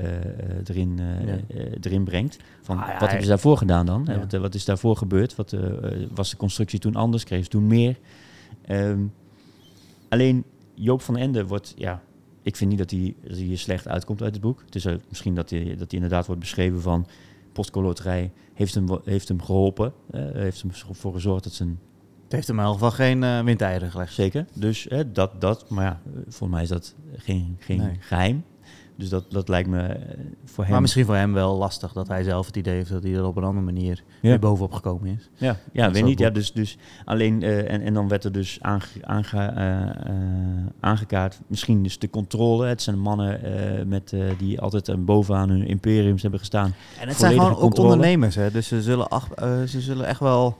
erin brengt. Van, wat hebben ze daarvoor gedaan dan? Ja. Wat is daarvoor gebeurd? Wat was de constructie toen anders? Kreeg ze toen meer? Alleen Joop van den Ende wordt, ik vind niet dat hij hier slecht uitkomt uit het boek. Het is misschien dat hij inderdaad wordt beschreven van Postcode Loterij heeft hem geholpen. Heeft hem ervoor gezorgd dat zijn... Het heeft hem in ieder geval geen windeieren gelegd. Zeker, dus maar volgens mij is dat geen geheim. Dus dat lijkt me voor hem... Maar misschien voor hem wel lastig dat hij zelf het idee heeft dat hij er op een andere manier weer bovenop gekomen is. Ja, weet niet. Ja, dus alleen... en dan werd er dus aangekaart, misschien dus de controle. Het zijn mannen die altijd bovenaan hun imperiums hebben gestaan. En het zijn gewoon ook ondernemers, hè? Dus ze zullen echt wel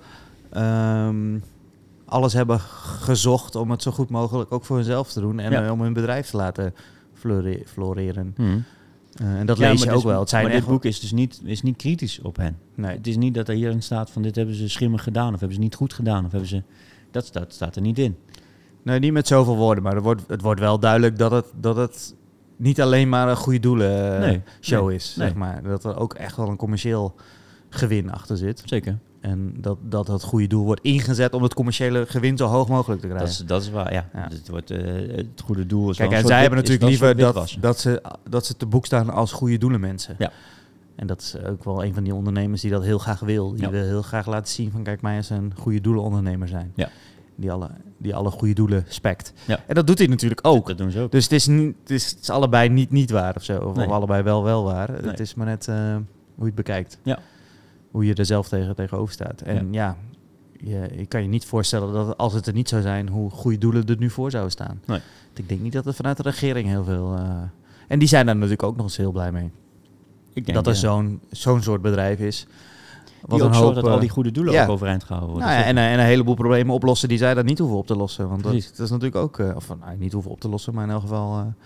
alles hebben gezocht om het zo goed mogelijk ook voor hunzelf te doen. En om hun bedrijf te laten floreren. En dat lees je ook wel. Maar dit boek is dus niet kritisch op hen. Nee. Het is niet dat er hierin staat van dit hebben ze schimmig gedaan of hebben ze niet goed gedaan of hebben ze... Dat staat er niet in. Nee, niet met zoveel woorden, maar het wordt wel duidelijk dat het niet alleen maar een goede doelen show is, zeg maar. Dat er ook echt wel een commercieel gewin achter zit. Zeker. En dat goede doel wordt ingezet om het commerciële gewin zo hoog mogelijk te krijgen. Dat is waar, ja. Het goede doel is... Kijk, en zij hebben natuurlijk liever dat ze te boek staan als goede doelen mensen. Ja. En dat is ook wel een van die ondernemers die dat heel graag wil. Die wil heel graag laten zien van kijk, mij eens een goede doelenondernemer zijn. Ja. Die alle goede doelen spekt. Ja. En dat doet hij natuurlijk ook. Dat doen ze ook. Dus het is allebei niet waar of zo. Of allebei wel waar. Nee. Het is maar net hoe je het bekijkt. Ja. Hoe je er zelf tegenover staat. En ik kan je niet voorstellen dat als het er niet zou zijn, hoe goede doelen er nu voor zouden staan. Nee. Ik denk niet dat er vanuit de regering heel veel... En die zijn daar natuurlijk ook nog eens heel blij mee. Ik denk dat er zo'n soort bedrijf is. Die ook zorgt dat al die goede doelen ook overeind gehouden worden. Nou en een heleboel problemen oplossen die zij dan niet hoeven op te lossen. Want dat is natuurlijk ook... niet hoeven op te lossen, maar in elk geval...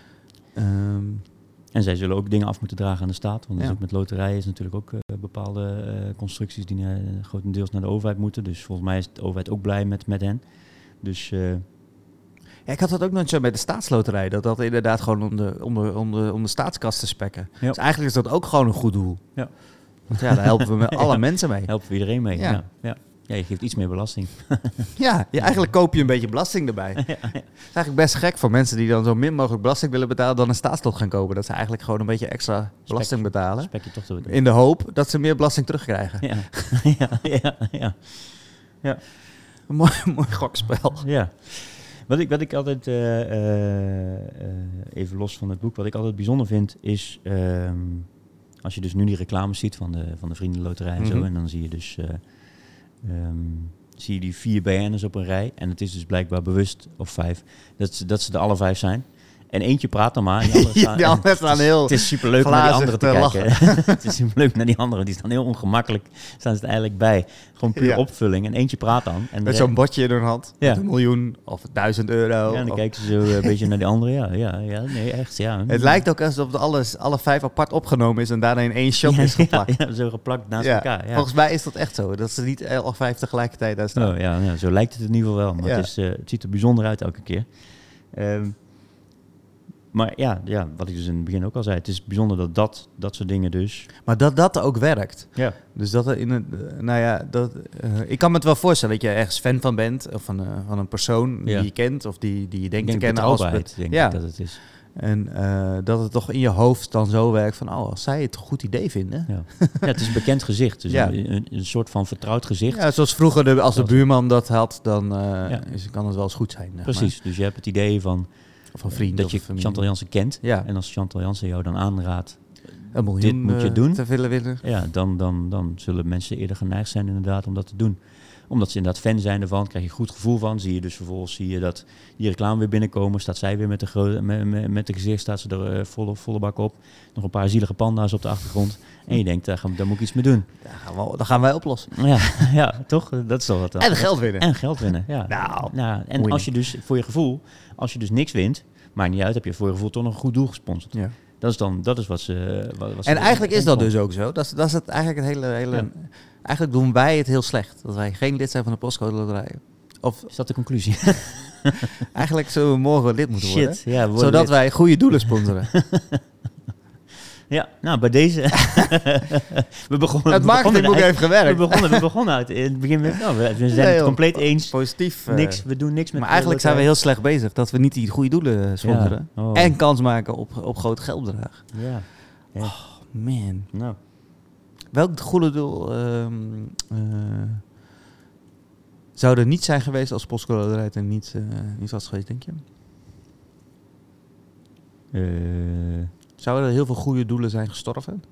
en zij zullen ook dingen af moeten dragen aan de staat. Want ook met loterijen is natuurlijk ook bepaalde constructies die grotendeels naar de overheid moeten. Dus volgens mij is de overheid ook blij met hen. Dus... Ja, ik had dat ook nog zo met de staatsloterij. Dat inderdaad gewoon om de staatskast te spekken. Ja. Dus eigenlijk is dat ook gewoon een goed doel. Ja. Want daar helpen we met alle mensen mee. Helpen we iedereen mee, ja, je geeft iets meer belasting. Eigenlijk koop je een beetje belasting erbij. Het is eigenlijk best gek voor mensen die dan zo min mogelijk belasting willen betalen dan een staatslot gaan kopen. Dat ze eigenlijk gewoon een beetje extra belasting betalen. Spek je toch te in de hoop dat ze meer belasting terugkrijgen. Ja. Een mooi gokspel. Ja. Wat ik altijd, even los van het boek, wat ik altijd bijzonder vind, is als je dus nu die reclames ziet van de Vriendenloterij en zo, en dan zie je dus die 4 BN'ers op een rij, en het is dus blijkbaar bewust, of 5, dat ze er alle 5 zijn. En eentje praat dan maar. En die anderen staan heel. Het is superleuk naar die anderen te kijken. Het is superleuk naar die anderen. Die staan heel ongemakkelijk. Staan ze er eigenlijk bij. Gewoon puur opvulling. En eentje praat dan. En met zo'n bordje in hun hand. Met $1 miljoen of €1000. Ja, en dan kijken ze zo een beetje naar die anderen. Ja, nee, echt. Ja. Het lijkt ook alsof alle 5 apart opgenomen is en daarna in één shot is geplakt. Ja, zo geplakt naast elkaar. Ja. Volgens mij is dat echt zo. Dat ze niet alle 5 tegelijkertijd daar staan. Oh, ja, zo lijkt het in ieder geval wel. Maar het ziet er bijzonder uit elke keer. Maar wat ik dus in het begin ook al zei, het is bijzonder dat soort dingen dus... Maar dat ook werkt. Ja. Dus dat er ik kan me het wel voorstellen dat je ergens fan van bent, of van een persoon die je kent, of die je denkt te kennen als... denk ik dat het is. En dat het toch in je hoofd dan zo werkt van, als zij het een goed idee vinden. Ja, het is een bekend gezicht. Dus een soort van vertrouwd gezicht. Ja, zoals vroeger als de buurman dat had, dan kan het wel eens goed zijn. Precies, dus je hebt het idee van... Of een vriend dat je Chantal Jansen kent. Ja. En als Chantal Jansen jou dan aanraadt, $1 miljoen dit moet je doen. Te willen winnen. Ja, dan zullen mensen eerder geneigd zijn inderdaad om dat te doen. Omdat ze inderdaad fan zijn ervan, krijg je een goed gevoel van. Zie je dus vervolgens dat die reclame weer binnenkomen. Staat zij weer met de gezicht, staat ze er volle bak op. Nog een paar zielige panda's op de achtergrond. En je denkt, daar moet ik iets mee doen. Dat gaan wij oplossen. Ja, toch? Dat is toch wat dan. En geld winnen. Ja. En als je dus voor je gevoel, als je dus niks wint, maakt niet uit, heb je voor je gevoel toch nog een goed doel gesponsord. Ja. Dat is wat ze... En eigenlijk is dat dus ook zo. Dat is het eigenlijk het hele... Ja. Eigenlijk doen wij het heel slecht. Dat wij geen lid zijn van de Postcode Loterij. Of is dat de conclusie? Eigenlijk zullen we morgen lid moeten worden. Ja, zodat wij goede doelen sponsoren. Ja, nou bij deze... Het marketingboek heeft gewerkt. We begonnen uit in het begin met... we zijn het compleet eens. Positief. We doen niks met... Maar eigenlijk zijn we heel slecht bezig. Dat we niet die goede doelen sponsoren. Ja. Oh. En kans maken op groot geldbedrag. Ja. Oh, man. Nou. Welk goede doel zou er niet zijn geweest als Postcode Loterij en niet was geweest, denk je? Zouden er heel veel goede doelen zijn gestorven?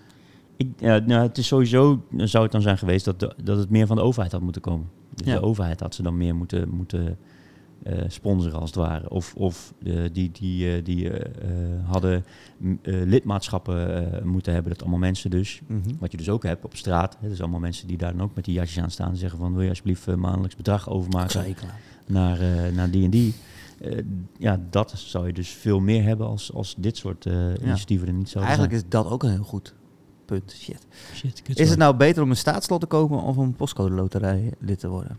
Het is sowieso, zou het dan zijn geweest dat het meer van de overheid had moeten komen. Dus de overheid had ze dan meer moeten sponsoren als het ware. Of die hadden lidmaatschappen moeten hebben. Dat allemaal mensen dus, wat je dus ook hebt op straat. Hè, dus allemaal mensen die daar dan ook met die jasjes aan staan en zeggen van wil je alsjeblieft maandelijks bedrag overmaken naar die en die. Dat zou je dus veel meer hebben als dit soort initiatieven er niet zouden Eigenlijk zijn. is dat ook een heel goed punt. Shit, kut, is het nou beter om een staatslot te kopen of om een postcode loterij lid te worden?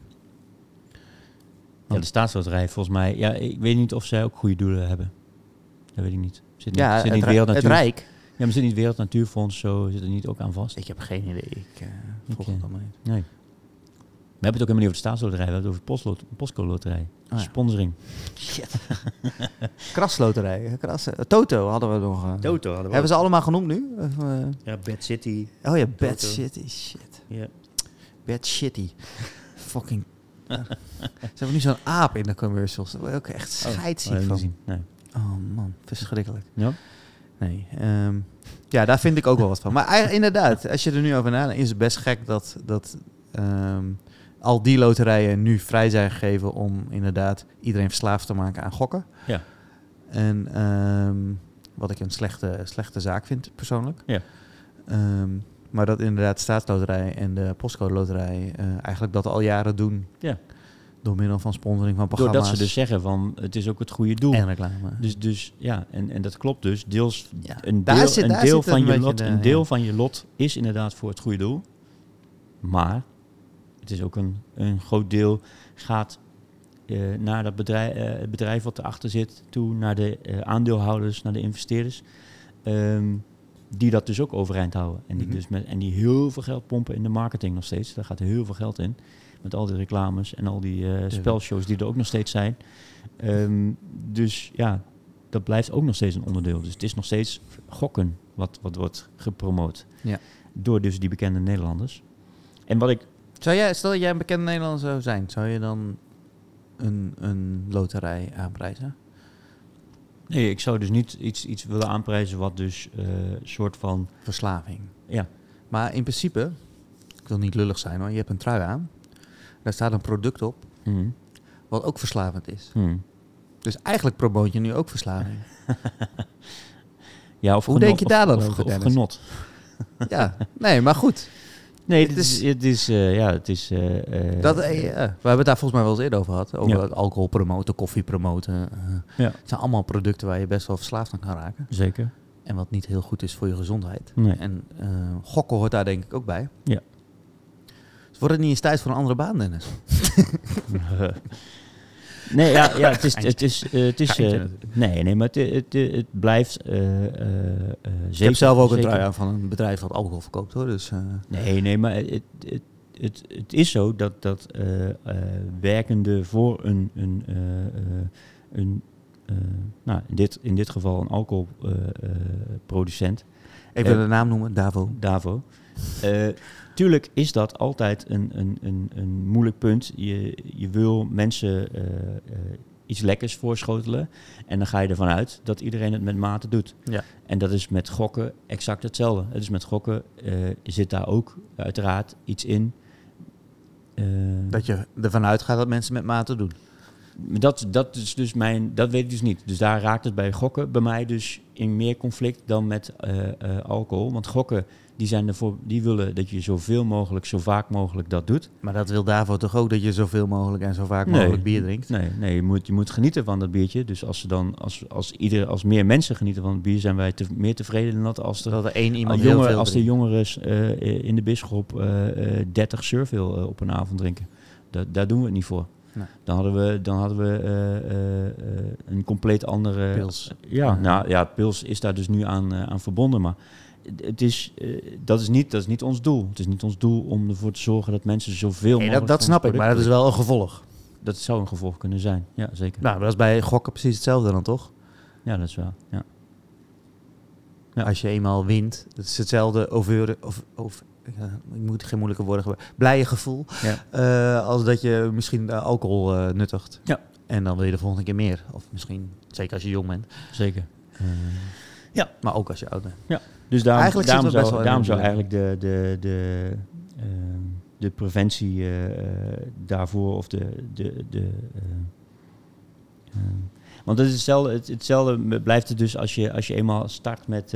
Ja, de staatsloterij volgens mij. Ja, ik weet niet of zij ook goede doelen hebben. Dat weet ik niet. Zit het Rijk. Ja, maar zit niet Wereld Natuurfonds zo, zit er niet ook aan vast? Ik heb geen idee. Ik volg het allemaal niet. Nee. We hebben het ook helemaal niet over de staatsloterij, we hebben het over de postcode loterij. Oh, ja. Sponsoring. Shit. Krasloterij. Toto hadden we nog. Toto hadden we hebben ze allemaal genoemd nu? Ja, Bad City. Oh ja, Bad Toto. City. Shit. Ja. Bad Shitty. Fucking... Ze hebben nu zo'n aap in de commercials. Daar word je ook echt scheidsziek van. Nee. Oh man, verschrikkelijk. Ja? Nee. Daar vind ik ook wel wat van. Maar inderdaad, als je er nu over nadenkt, is het best gek dat al die loterijen nu vrij zijn gegeven om inderdaad iedereen verslaafd te maken aan gokken. Ja. En wat ik een slechte zaak vind, persoonlijk. Ja. Maar dat inderdaad de staatsloterij en de postcode loterij eigenlijk dat al jaren doen. Ja. Door middel van sponsoring van programma's. Doordat ze dus zeggen van het is ook het goede doel. En reclame. Dus ja, en dat klopt dus. Deels Ja. een deel van je lot is inderdaad voor het goede doel. Maar het is ook een groot deel gaat naar dat het bedrijf wat erachter zit toe, naar de aandeelhouders, naar de investeerders. Die dat dus ook overeind houden. En die, die heel veel geld pompen in de marketing nog steeds. Daar gaat heel veel geld in. Met al die reclames en al die spelshows die er ook nog steeds zijn. Dus ja, dat blijft ook nog steeds een onderdeel. Dus het is nog steeds gokken wat wordt gepromoot. Ja. Door dus die bekende Nederlanders. En wat ik... Stel dat jij een bekende Nederlander zou zijn, zou je dan een loterij aanprijzen? Nee, ik zou dus niet iets willen aanprijzen wat dus soort van... Verslaving. Ja. Maar in principe, ik wil niet lullig zijn hoor, je hebt een trui aan. Daar staat een product op, wat ook verslavend is. Dus eigenlijk promoot je nu ook verslaving. Ja, of hoe denk je daar dan over? Of genot. Ja, nee, maar goed. Nee, het is. We hebben het daar volgens mij wel eens eerder over gehad. Over alcohol promoten, koffie promoten. Het zijn allemaal producten waar je best wel verslaafd aan kan raken. Zeker. En wat niet heel goed is voor je gezondheid. Nee. En gokken hoort daar denk ik ook bij. Ja. Dus wordt het niet eens tijd voor een andere baan, Dennis? Nee, ja, het is nee, maar het blijft zeker. Ik heb zelf ook een trui aan van een bedrijf dat alcohol verkoopt, hoor. Dus, Nee, maar het is zo dat werkende voor in dit geval een alcoholproducent. Ik wil de naam noemen, Davo. Tuurlijk is dat altijd een moeilijk punt. Je wil mensen iets lekkers voorschotelen. En dan ga je ervan uit dat iedereen het met mate doet. Ja. En dat is met gokken exact hetzelfde. Het is met gokken zit daar ook uiteraard iets in. Dat je ervan uitgaat dat mensen met mate doen. Dat is dus dat weet ik dus niet. Dus daar raakt het bij gokken bij mij dus in meer conflict dan met alcohol. Want gokken, die willen dat je zoveel mogelijk, zo vaak mogelijk dat doet. Maar dat wil Davo toch ook, dat je zoveel mogelijk en zo vaak mogelijk bier drinkt? Nee, je moet genieten van dat biertje. Dus als meer mensen genieten van het bier, zijn wij meer tevreden dan dat als er één iemand heel veel als de jongeren in de Bisschop 30 surveel op een avond drinken. Daar doen we het niet voor. Nee. Dan hadden we een compleet andere... Pils. Pils is daar dus nu aan verbonden. Maar dat is niet ons doel. Het is niet ons doel om ervoor te zorgen dat mensen zoveel mogelijk... Dat snap ik, maar dat is wel een gevolg. Dat zou een gevolg kunnen zijn, ja, zeker. Nou, dat is bij gokken precies hetzelfde dan, toch? Ja, dat is wel, ja. Als je eenmaal wint, dat is hetzelfde ik moet geen moeilijke woorden gebruiken. Blije gevoel. Ja. Als dat je misschien alcohol nuttigt. Ja. En dan wil je de volgende keer meer. Of misschien, zeker als je jong bent. Zeker. Ja. Maar ook als je oud bent. Ja. Dus daarom zou eigenlijk eigenlijk de preventie daarvoor of want het is hetzelfde blijft het dus als je eenmaal start met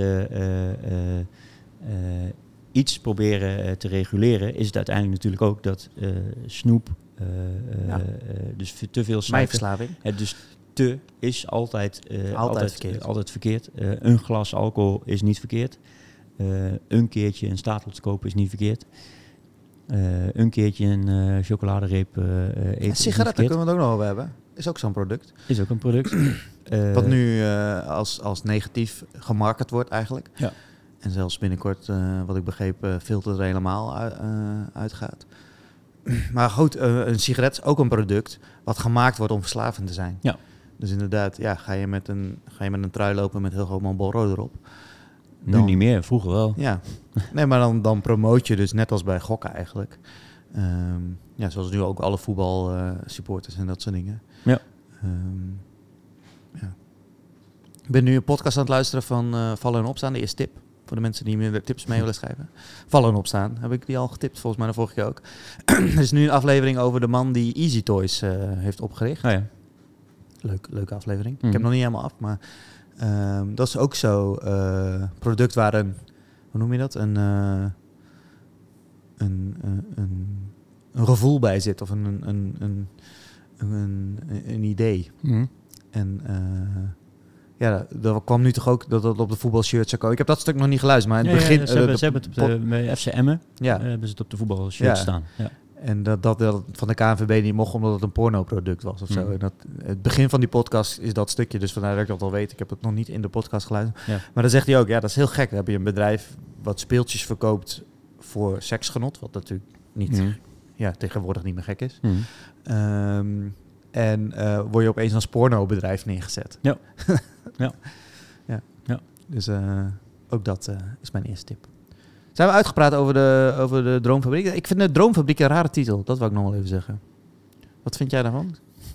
iets proberen te reguleren, is het uiteindelijk natuurlijk ook dat snoep, dus te veel suiker. Mijnverslaving. Dus te is altijd verkeerd. Een glas alcohol is niet verkeerd. Een keertje een stapel te kopen is niet verkeerd. Een keertje een chocoladereep eten. Sigaretten kunnen we het ook nog over hebben. Is ook zo'n product. Is ook een product. Wat nu als negatief gemarket wordt eigenlijk. Ja. En zelfs binnenkort, wat ik begreep, filter er helemaal uitgaat. Maar goed, een sigaret is ook een product wat gemaakt wordt om verslavend te zijn. Ja. Dus inderdaad, ga je met een trui lopen met heel groot Marlboro erop. Nu niet meer, vroeger wel. Ja, nee, maar dan promoot je dus net als bij gokken eigenlijk. Zoals nu ook alle voetbalsupporters en dat soort dingen. Ja. Ja. Ik ben nu een podcast aan het luisteren van Vallen en Opstaan, de eerste tip. Voor de mensen die meer tips mee willen schrijven. Vallen en Opstaan, heb ik die al getipt, volgens mij de vorige keer ook. Er is nu een aflevering over de man die Easy Toys heeft opgericht. Oh ja. Leuke aflevering. Ik heb hem nog niet helemaal af, maar dat is ook zo product waar hoe noem je dat? Een gevoel bij zit of een idee. Mm-hmm. En dat kwam nu toch ook dat op de voetbalshirt zou komen. Ik heb dat stuk nog niet geluisterd, maar in het begin... ze hebben het bij FC Emmen hebben ze het op de voetbalshirt staan. Ja. En dat van de KNVB niet mocht, omdat het een pornoproduct was of zo. En het begin van die podcast is dat stukje, dus vandaar dat ik dat al weet. Ik heb het nog niet in de podcast geluisterd. Ja. Maar dan zegt hij ook, dat is heel gek. Dan heb je een bedrijf wat speeltjes verkoopt voor seksgenot, wat natuurlijk niet, tegenwoordig niet meer gek is. En word je opeens als pornobedrijf neergezet. Ja. Ja. Dus ook dat is mijn eerste tip. Zijn we uitgepraat over de Droomfabriek? Ik vind de Droomfabriek een rare titel. Dat wil ik nog wel even zeggen. Wat vind jij daarvan?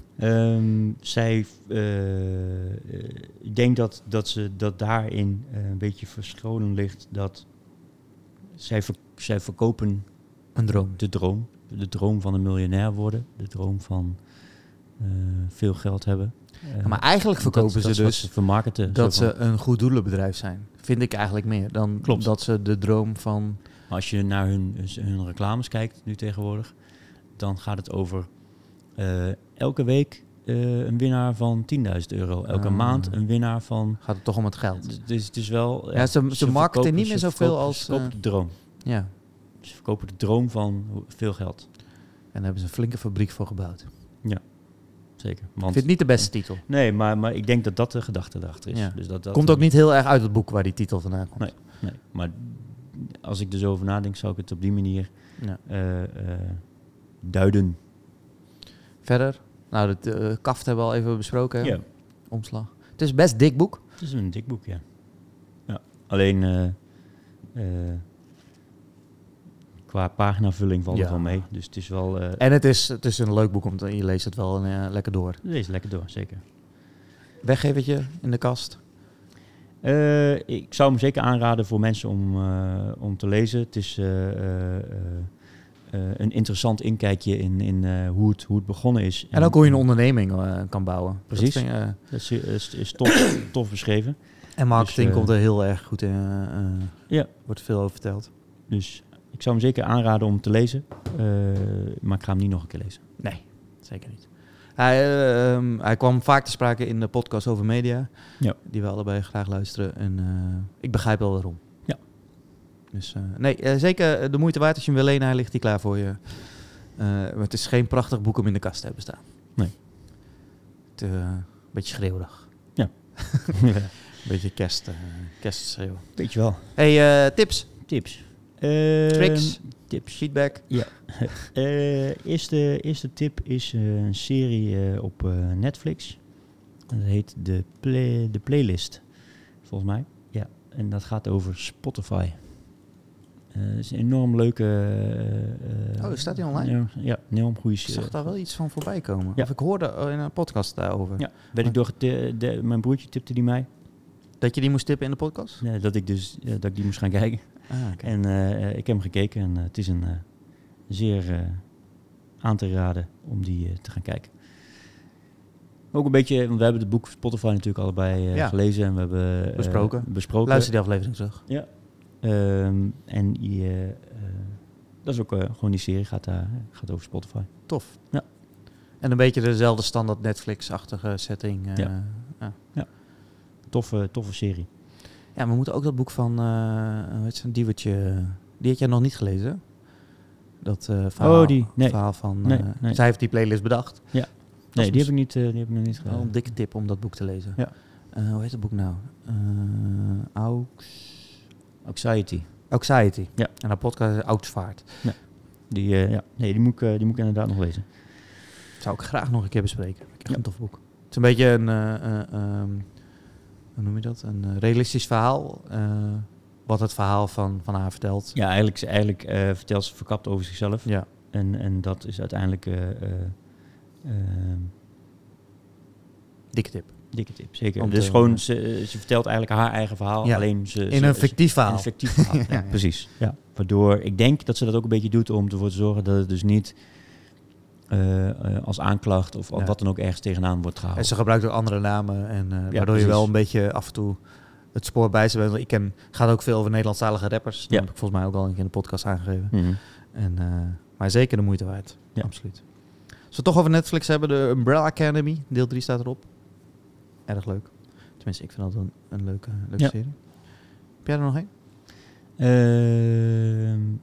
Ik denk dat daarin een beetje verscholen ligt dat zij verkopen een droom. De droom van een miljonair worden. De droom van veel geld hebben. Maar eigenlijk verkopen ze dus dat ze een goed doelenbedrijf zijn. Vind ik eigenlijk meer dan dat ze de droom van... Als je naar hun reclames kijkt nu tegenwoordig, dan gaat het over elke week een winnaar van €10.000. Elke maand een winnaar van... Gaat het toch om het geld? Het is wel... ze marketen niet meer zoveel als... Ze verkopen de droom. Ja. Ze verkopen de droom van veel geld. En daar hebben ze een flinke fabriek voor gebouwd. Ja. Zeker. Ik vind het niet de beste titel. Nee, maar ik denk dat de gedachte erachter is. Ja. Dus dat komt ook niet heel erg uit het boek waar die titel vandaan komt. Nee. Maar als ik er zo over nadenk, zou ik het op die manier duiden. Verder? Nou, de kaft hebben we al even besproken. Ja. Omslag. Het is best dik boek. Het is een dik boek, ja. Alleen... qua paginavulling valt het wel mee. Dus het is wel... En het is een leuk boek, omdat je leest het wel lekker door. Je leest lekker door, zeker. Weggevertje in de kast? Ik zou hem zeker aanraden voor mensen om te lezen. Het is een interessant inkijkje in hoe het begonnen is. En ook hoe je een onderneming kan bouwen. Precies. Dat is tof beschreven. En marketing komt er heel erg goed in. Wordt veel over verteld. Dus... Ik zou hem zeker aanraden om te lezen, maar ik ga hem niet nog een keer lezen. Nee, zeker niet. Hij kwam vaak te sprake in de podcast over media, die we allebei graag luisteren. En ik begrijp wel waarom. Ja. Dus zeker de moeite waard als je hem wil lenen. Hij ligt hier klaar voor je. Het is geen prachtig boek om in de kast te hebben staan. Nee. Een beetje schreeuwig. Ja. Een beetje kerstschreeuw. Beetje wel. Hey, tips. Tricks, tips, feedback. Ja. Eerste tip is een serie op Netflix. Dat heet de Playlist, volgens mij. Ja. En dat gaat over Spotify. Het is een enorm leuke... staat die online? Ja, een enorm goede serie. Ik zag daar wel iets van voorbij komen. Ja. Of ik hoorde in een podcast daarover. Ja, mijn broertje tipte die mij. Dat je die moest tippen in de podcast? dat ik die moest gaan kijken. Okay. En ik heb hem gekeken en het is een zeer aan te raden om die te gaan kijken. Ook een beetje, want we hebben het boek Spotify natuurlijk allebei gelezen en we hebben besproken. Luister die aflevering terug. Ja. En dat is ook gewoon die serie gaat over Spotify. Tof. Ja. En een beetje dezelfde standaard Netflix-achtige setting. Toffe serie. Ja, we moeten ook dat boek van een diewertje. Die had jij nog niet gelezen? Dat verhaal, verhaal van... Nee. Zij heeft die playlist bedacht. Ja. Nee, die heb ik nog niet gelezen. Een dikke tip om dat boek te lezen. Ja. Hoe heet het boek nou? Anxiety. Ja. En haar podcast is Oudsvaart. Ja. Die moet ik inderdaad nog lezen. Zou ik graag nog een keer bespreken. Echt een tof boek. Het is een beetje een... hoe noem je dat? Een realistisch verhaal. Wat het verhaal van haar vertelt. Ja, eigenlijk vertelt ze verkapt over zichzelf. Ja. En dat is uiteindelijk... dikke tip, zeker. Dus gewoon, ze vertelt eigenlijk haar eigen verhaal. Ja. Alleen een fictief verhaal. In een fictief verhaal, ja, precies. Ja. Waardoor ik denk dat ze dat ook een beetje doet om ervoor te zorgen dat het dus niet als aanklacht of wat dan ook ergens tegenaan wordt gehouden. En ze gebruikt ook andere namen. En waardoor precies. je wel een beetje af en toe het spoor bij ze bent. Ik gaat ook veel over Nederlandstalige rappers. Dat heb ik volgens mij ook al een keer in de podcast aangegeven. Mm-hmm. Maar zeker de moeite waard. Ja. Absoluut. Als we het toch over Netflix hebben, de Umbrella Academy, deel 3 staat erop. Erg leuk. Tenminste, ik vind dat een leuke serie. Heb jij er nog een?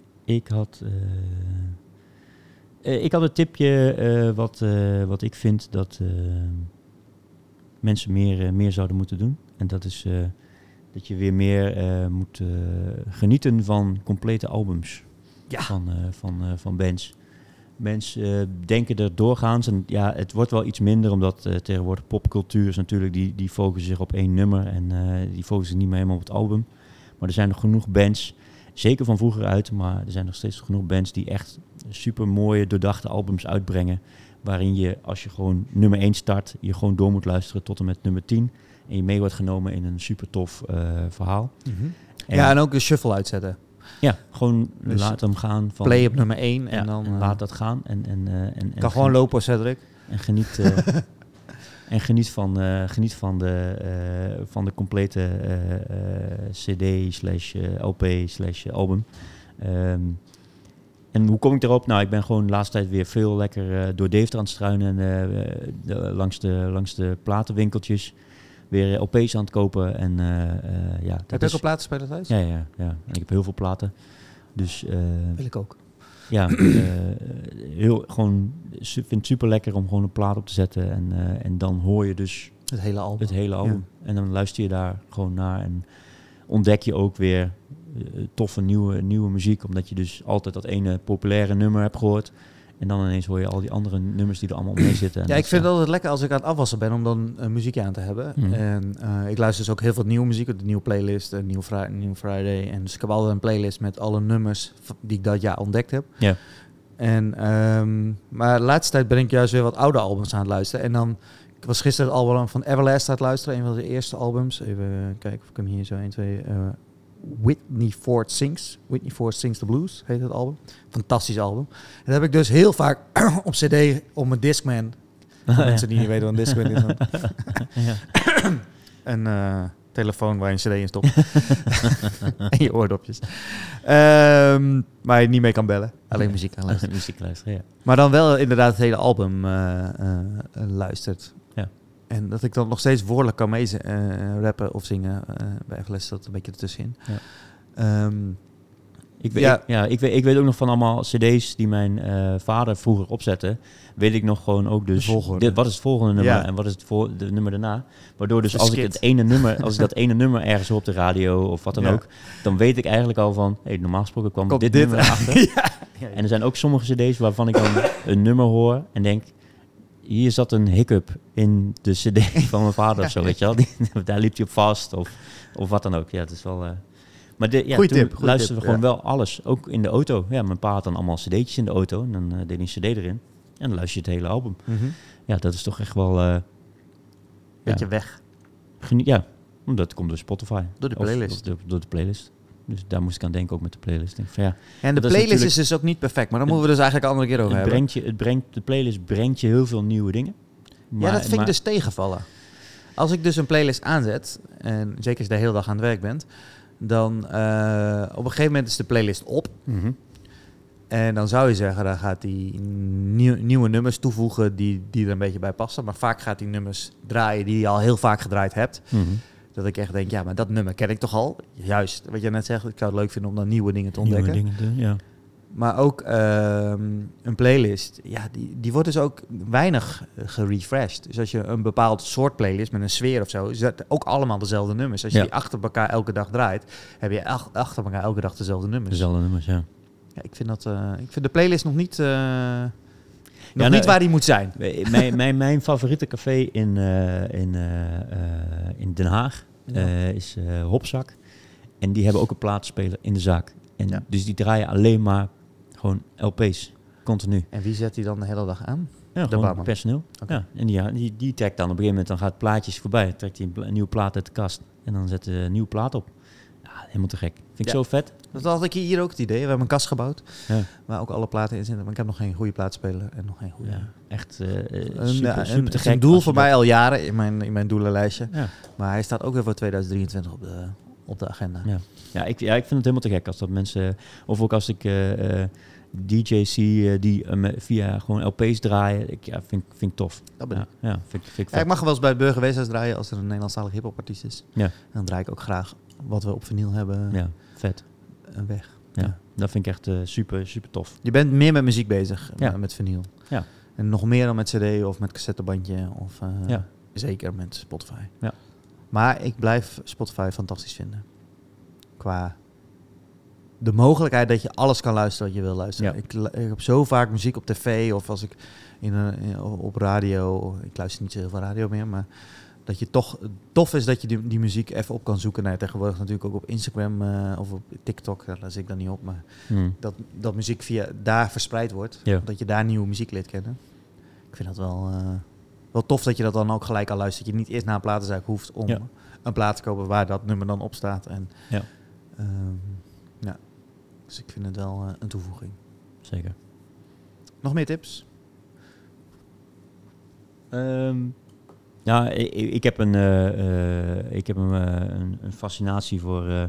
Ik had een tipje wat ik vind dat mensen meer zouden moeten doen. En dat is dat je weer meer moet genieten van complete albums van bands. Mensen denken er doorgaans, en ja, het wordt wel iets minder, omdat tegenwoordig popcultuur is natuurlijk, die focussen zich op één nummer en die focussen niet meer helemaal op het album. Maar er zijn nog genoeg bands, zeker van vroeger uit, maar er zijn nog steeds genoeg bands die echt super mooie, doordachte albums uitbrengen, waarin je, als je gewoon nummer 1 start, je gewoon door moet luisteren tot en met nummer 10 en je mee wordt genomen in een super tof verhaal. Mm-hmm. En ook de shuffle uitzetten. Ja, gewoon dus laat hem gaan. Van, play op nummer 1 en dan... laat dat gaan. En kan gewoon lopen, Cedric. En geniet van de complete CD/LP/album. En hoe kom ik erop? Nou, ik ben gewoon de laatste tijd weer veel lekker door Deventer aan het struinen. Langs de platenwinkeltjes. Weer LP's aan het kopen. En, heb je ook een platenspeler thuis? Ja. En ik heb heel veel platen. Dus, wil ik ook. Ja, vind het super lekker om gewoon een plaat op te zetten. En dan hoor je dus het hele album. Ja. En dan luister je daar gewoon naar. En ontdek je ook weer toffe nieuwe muziek. Omdat je dus altijd dat ene populaire nummer hebt gehoord. En dan ineens hoor je al die andere nummers die er allemaal omheen zitten. Ja, ik vind het altijd lekker als ik aan het afwassen ben om dan muziekje aan te hebben. Mm. En ik luister dus ook heel veel nieuwe muziek, de nieuwe playlist, Nieuw Friday. En dus ik heb altijd een playlist met alle nummers die ik dat jaar ontdekt heb. Ja. En, maar de laatste tijd ben ik juist weer wat oude albums aan het luisteren. En dan, ik was gisteren het album van Everlast aan het luisteren, een van de eerste albums. Even kijken of ik hem hier zo 1, 2... Whitney Ford Sings the Blues, heet het album. Fantastisch album. En dat heb ik dus heel vaak op CD op mijn Discman. Mensen die niet weten wat een Discman is. Een telefoon waar je een CD in stopt. En je oordopjes. Maar je niet mee kan bellen. Alleen muziek aan luisteren. Muziek luisteren, ja. Maar dan wel inderdaad het hele album luistert. Ja. En dat ik dan nog steeds woordelijk kan mee rappen of zingen. Bij Everlast dat een beetje ertussenin. Ja. Ik weet ook nog van allemaal cd's die mijn vader vroeger opzette. Weet ik nog gewoon ook dus wat is het volgende nummer en wat is het nummer daarna. Waardoor dus als ik dat ene nummer ergens hoor op de radio of wat dan ook, dan weet ik eigenlijk al van, normaal gesproken kwam dit nummer achter. En er zijn ook sommige cd's waarvan ik dan een nummer hoor en denk, hier zat een hiccup in de cd van mijn vader of zo, weet je wel. Daar liep hij op vast of wat dan ook. Ja, het is wel... Maar toen luisterden we gewoon wel alles, ook in de auto. Ja, mijn pa had dan allemaal cd'tjes in de auto en dan deed hij een cd erin. En dan luister je het hele album. Mm-hmm. Ja, dat is toch echt wel... beetje weg. Omdat het komt door Spotify. Door de playlist. Of door de playlist. Dus daar moest ik aan denken, ook met de playlist. Denk van, ja, En de playlist is dus ook niet perfect, maar daar moeten we dus eigenlijk een andere keer over hebben. De playlist brengt je heel veel nieuwe dingen. Maar, dat vind ik dus tegenvallen. Als ik dus een playlist aanzet, en zeker als je de hele dag aan het werk bent, dan op een gegeven moment is de playlist op. Mm-hmm. En dan zou je zeggen, dan gaat hij nieuwe nummers toevoegen die er een beetje bij passen. Maar vaak gaat hij nummers draaien die je al heel vaak gedraaid hebt. Mm-hmm. Dat ik echt denk, ja, maar dat nummer ken ik toch al? Juist, wat je net zegt, ik zou het leuk vinden om dan nieuwe dingen te ontdekken. Nieuwe dingen, ja. Maar ook een playlist, ja, die wordt dus ook weinig gerefreshed. Dus als je een bepaald soort playlist met een sfeer of zo, is dat ook allemaal dezelfde nummers. Als je die achter elkaar elke dag draait, heb je achter elkaar elke dag dezelfde nummers. Dezelfde nummers, ja. Ja, ik vind de playlist nog niet, niet waar die moet zijn. Mijn favoriete café in Den Haag is Hopzak. En die hebben ook een plaatspeler in de zaak. En dus die draaien alleen maar gewoon LP's, continu. En wie zet die dan de hele dag aan? Ja, gewoon het personeel. Okay. Ja, en die trekt dan op een gegeven moment, dan gaat plaatjes voorbij. Trekt hij een nieuwe plaat uit de kast. En dan zet hij een nieuwe plaat op. Ja, helemaal te gek. Vind ik zo vet. Dat had ik hier ook het idee. We hebben een kast gebouwd. Ja. Waar ook alle platen in zitten. Maar ik heb nog geen goede plaatspeler. En nog geen goede... Ja, echt super te gek. Een doel voor mij al jaren in mijn doelenlijstje. Ja. Maar hij staat ook weer voor 2023 op de agenda. Ja, ik vind het helemaal te gek als dat mensen... Of ook als ik DJ's zie die via gewoon LP's draaien. Vind ik tof. Dat ben ik. Ja, vind ik ik mag wel eens bij het Burgerweeshuis draaien als er een Nederlandstalig hiphopartiest is. Ja. En dan draai ik ook graag wat we op vinyl hebben. Ja, vet. Weg. Ja, dat vind ik echt super, super tof. Je bent meer met muziek bezig, met vinyl. Ja. En nog meer dan met cd of met cassettebandje of zeker met Spotify. Ja. Maar ik blijf Spotify fantastisch vinden. Qua de mogelijkheid dat je alles kan luisteren wat je wil luisteren. Ja. Ik heb zo vaak muziek op tv of als ik op radio... Ik luister niet zo heel veel radio meer, maar... Dat je toch tof is dat je die muziek even op kan zoeken. Nou, tegenwoordig natuurlijk ook op Instagram of op TikTok. Daar lees ik dan niet op. Maar dat muziek via daar verspreid wordt. Ja. Dat je daar nieuwe muziek leert kennen. Ik vind dat wel tof dat je dat dan ook gelijk al luistert. Dat je niet eerst naar een platenzaak hoeft om een plaat te kopen waar dat nummer dan op staat. En, dus ik vind het wel een toevoeging. Zeker. Nog meer tips? Ja, ik heb een fascinatie voor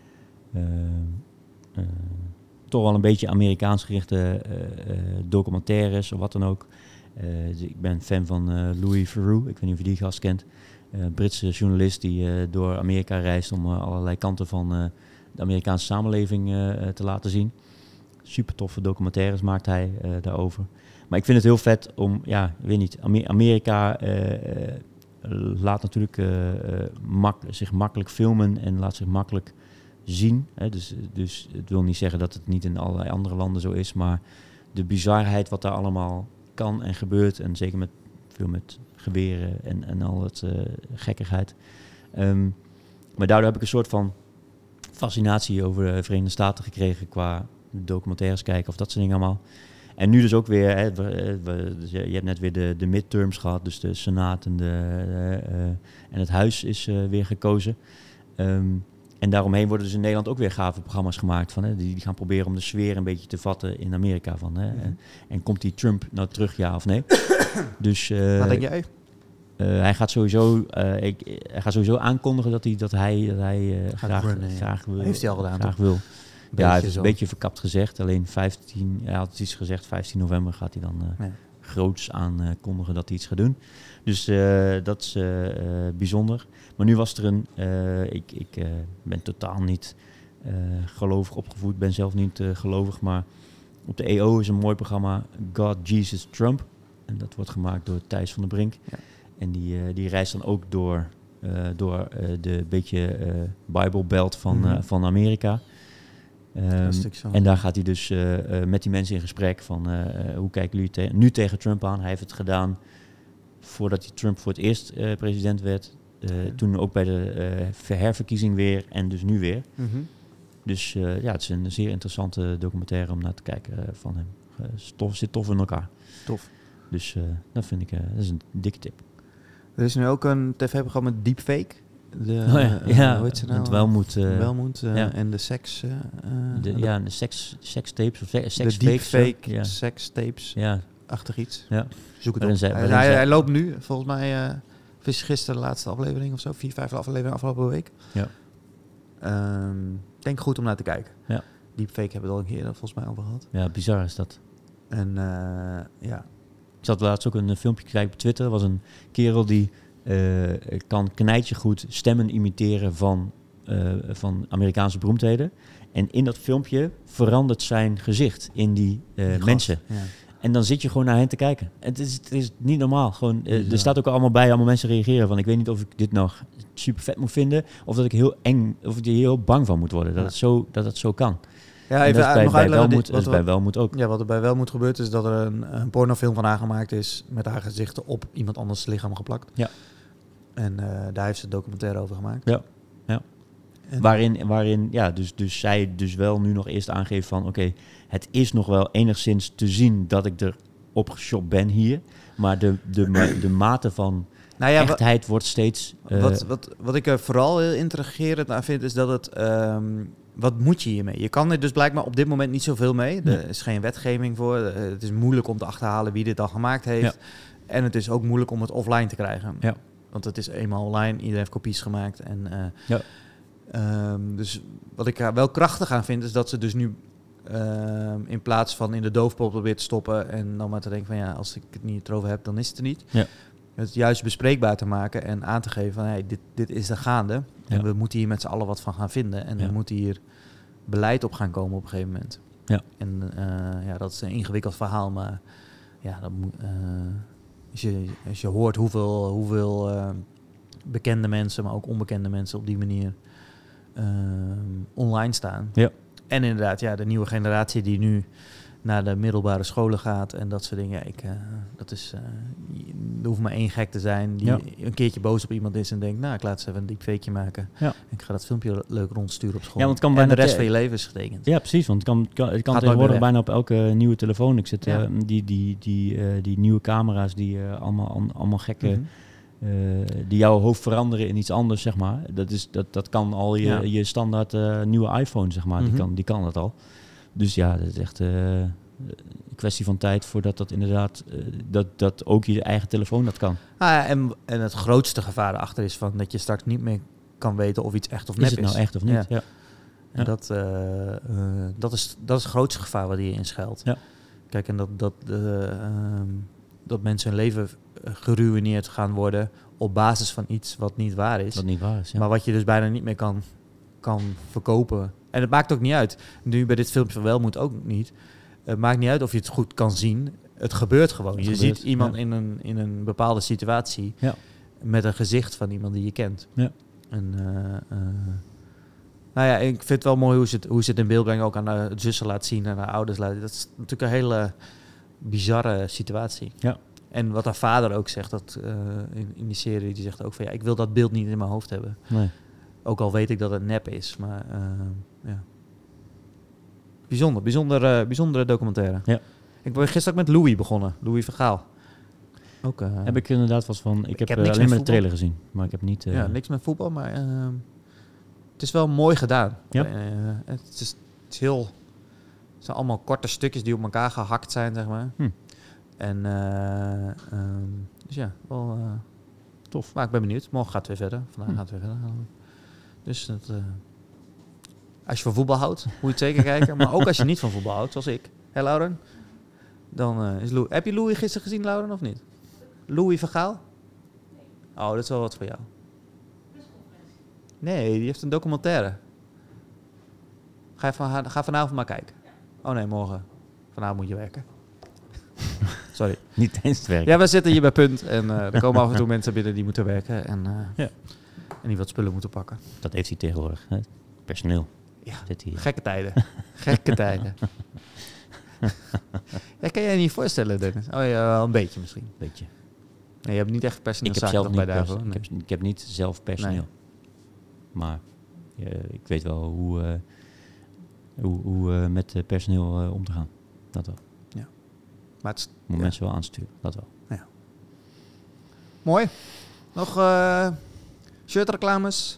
toch wel een beetje Amerikaans gerichte documentaires of wat dan ook. Dus ik ben fan van Louis Theroux. Ik weet niet of je die gast kent. Britse journalist die door Amerika reist om allerlei kanten van de Amerikaanse samenleving te laten zien. Super toffe documentaires maakt hij daarover. Maar ik vind het heel vet om, ik weet niet, Amerika laat natuurlijk zich makkelijk filmen en laat zich makkelijk zien. Hè. Dus het wil niet zeggen dat het niet in allerlei andere landen zo is, maar de bizarheid wat daar allemaal kan en gebeurt, en zeker met veel met geweren en al het gekkigheid. Maar daardoor heb ik een soort van fascinatie over de Verenigde Staten gekregen qua documentaires kijken of dat soort dingen allemaal. En nu dus ook weer, je hebt net weer de midterms gehad, dus de Senaat en het Huis is weer gekozen. En daaromheen worden dus in Nederland ook weer gave programma's gemaakt van, die gaan proberen om de sfeer een beetje te vatten in Amerika van. En komt die Trump nou terug, ja of nee? Dus, wat denk jij? Hij gaat sowieso aankondigen dat hij graag wil. Heeft hij al gedaan? Graag wil. Ja, hij heeft een beetje verkapt gezegd. Alleen 15 november gaat hij dan groots aankondigen dat hij iets gaat doen. Dus dat is bijzonder. Maar nu was er ik ben totaal niet gelovig opgevoed. Ben zelf niet gelovig, maar op de EO is een mooi programma, God, Jesus, Trump. En dat wordt gemaakt door Thijs van der Brink. Ja. En die reist dan ook door de beetje Bijbelbelt van Amerika. En daar gaat hij dus met die mensen in gesprek van hoe kijken jullie nu tegen Trump aan. Hij heeft het gedaan voordat hij Trump voor het eerst president werd. Toen ook bij de herverkiezing weer en dus nu weer. Mm-hmm. Dus het is een zeer interessante documentaire om naar te kijken van hem. Zit tof in elkaar. Tof. Dus dat vind ik dat is een dikke tip. Er is nu ook een tv-programma Deepfake. hoe heet ze nou? Het Welmoed. Welmoed ja. en de seks... de sekstapes of de seksfakes. deepfake sekstapes. Ja. Achtig iets. Ja. Zoek het op. Hij loopt nu, volgens mij... is gisteren de laatste aflevering of zo. 4, 5 afleveringen afgelopen week. Ja. Denk goed om naar te kijken. Ja. Deepfake hebben we het al een keer volgens mij over gehad. Ja, bizar is dat. En ja... Ik zat laatst ook een filmpje kijken op Twitter. Er was een kerel die kan knijtje goed stemmen imiteren van Amerikaanse beroemdheden. En in dat filmpje verandert zijn gezicht in die mensen. Ja. En dan zit je gewoon naar hen te kijken. Het is niet normaal. Gewoon, er staat ook allemaal mensen reageren van... ik weet niet of ik dit nou super vet moet vinden... of dat ik heel eng, of ik er heel bang van moet worden. Dat het zo kan. Ja, even nog uitleggen. Dat is bij Welmoed ook. Ja, wat er bij Welmoed gebeurt is dat er een pornofilm van haar gemaakt is... met haar gezichten op iemand anders lichaam geplakt. Ja. En daar heeft ze een documentaire over gemaakt. Ja. En waarin dus zij dus wel nu nog eerst aangeeft van... oké, het is nog wel enigszins te zien dat ik er op geshopt ben hier. Maar de mate van echtheid wordt steeds... Wat ik er vooral heel intrigerend aan vind is dat het... wat moet je hiermee? Je kan er dus blijkbaar op dit moment niet zoveel mee. Er is geen wetgeving voor. Het is moeilijk om te achterhalen wie dit al gemaakt heeft. Ja. En het is ook moeilijk om het offline te krijgen. Ja. Want het is eenmaal online. Iedereen heeft kopies gemaakt. En, dus wat ik wel krachtig aan vind... is dat ze dus nu in plaats van in de doofpot probeert te stoppen... en dan maar te denken van ja, als ik het niet erover heb, dan is het er niet. Ja. Het juist bespreekbaar te maken en aan te geven van hey, dit is er gaande. Ja. En we moeten hier met z'n allen wat van gaan vinden. En er moet hier beleid op gaan komen op een gegeven moment. Ja. En dat is een ingewikkeld verhaal, maar ja, dat moet, als je hoort hoeveel bekende mensen, maar ook onbekende mensen op die manier online staan. Ja. En inderdaad, de nieuwe generatie die nu naar de middelbare scholen gaat en dat soort dingen. Er hoeft maar één gek te zijn die een keertje boos op iemand is en denkt, nou, ik laat eens even een deepfakeje maken. Ja. En ik ga dat filmpje leuk rondsturen op school. Ja, want het kan en de rest van je leven is getekend. Ja, precies, want het kan tegenwoordig bijna op elke nieuwe telefoon. Ik zit die nieuwe camera's die allemaal gekke... Mm-hmm. Die jouw hoofd veranderen in iets anders, zeg maar. Dat kan al je standaard nieuwe iPhone, zeg maar. Mm-hmm. Die kan dat al. Dus ja, dat is echt een kwestie van tijd voordat dat inderdaad... dat ook je eigen telefoon dat kan. En het grootste gevaar erachter is van dat je straks niet meer kan weten of iets echt of nep is. Is het nou echt of niet? Ja. En dat is het grootste gevaar wat hierin schuilt. Ja. Kijk, en dat mensen hun leven geruïneerd gaan worden op basis van iets wat niet waar is. Wat niet waar is, ja. Maar wat je dus bijna niet meer kan verkopen. En het maakt ook niet uit. Nu bij dit filmpje van Welmoed ook niet. Het maakt niet uit of je het goed kan zien. Het gebeurt gewoon. Je ziet iemand in een bepaalde situatie met een gezicht van iemand die je kent. Ja. En ik vind het wel mooi hoe ze het in beeld brengen. Ook aan de zussen laat zien en haar ouders laten. Dat is natuurlijk een hele bizarre situatie. Ja. En wat haar vader ook zegt, dat in die serie, die zegt ook van ik wil dat beeld niet in mijn hoofd hebben. Nee. Ook al weet ik dat het nep is, maar bijzondere documentaire. Ja. Ik ben gisteren ook met Louis begonnen, Louis Vergaal. Ook, heb ik inderdaad wat van. Ik heb alleen maar de trailer gezien, maar ik heb niet. Niks met voetbal, maar het is wel mooi gedaan. Ja. Het is heel. Het zijn allemaal korte stukjes die op elkaar gehakt zijn, zeg maar. En dus wel tof. Maar ik ben benieuwd. Morgen gaat het weer verder. Vandaag gaat het weer verder. Dus als je van voetbal houdt, moet je het zeker kijken. Maar ook als je niet van voetbal houdt, zoals ik. Hé, Lauren? Dan is Louis. Heb je Louis gisteren gezien, Lauren, of niet? Louis Vergaal? Nee. Oh, dat is wel wat voor jou. Nee, die heeft een documentaire. Ga vanavond maar kijken. Oh nee, morgen. Vanavond moet je werken. Sorry. Niet tijdens het werk. Ja, we zitten hier bij Punt en er komen af en toe mensen binnen die moeten werken en die wat spullen moeten pakken. Dat heeft hij tegenwoordig, hè? Personeel. Ja, zit hier. Gekke tijden. Gekke tijden. Kan jij je niet voorstellen, Dennis? Oh ja, wel een beetje misschien. Beetje. Nee, je hebt niet echt personeelszaken bij Davo. Nee. Ik heb niet zelf personeel. Nee. Maar ik weet wel hoe met personeel om te gaan. Dat wel. Ja. Maar het moet mensen wel aansturen, dat wel. Ja. Mooi. Nog Shirtreclames.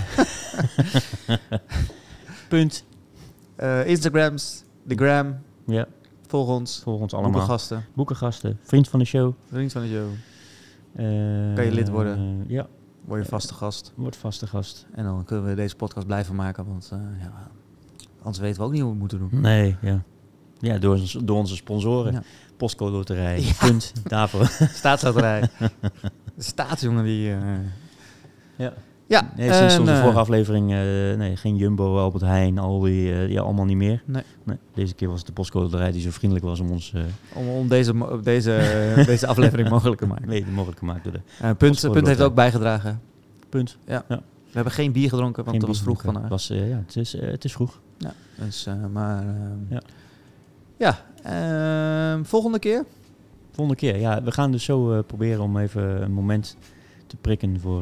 Punt. Instagrams. De gram. Ja. Volg ons. Volg ons allemaal. Boekengasten. Boekengasten. Vriend van de show. Vriend van de show. Kan je lid worden. Ja. Word je vaste gast. Word vaste gast. En dan kunnen we deze podcast blijven maken. Want anders weten we ook niet hoe we het moeten doen. Nee, ja. Ja, door onze sponsoren. Ja. Postcode Loterij. Ja. Punt. Daarvoor. Staatsloterij. De staatsjongen die... Ja. Ja. Nee, sinds onze vorige aflevering... geen Jumbo, Albert Heijn, Aldi. Allemaal niet meer. Nee. Deze keer was het de Postcode Loterij die zo vriendelijk was om ons... Om deze aflevering mogelijk te maken. Nee, mogelijk gemaakt door de Punt heeft ook bijgedragen. Punt. Ja. We hebben geen bier gedronken, want het was vroeg vandaag. Het is vroeg. Ja, dus, volgende keer? Volgende keer, ja. We gaan dus zo proberen om even een moment te prikken voor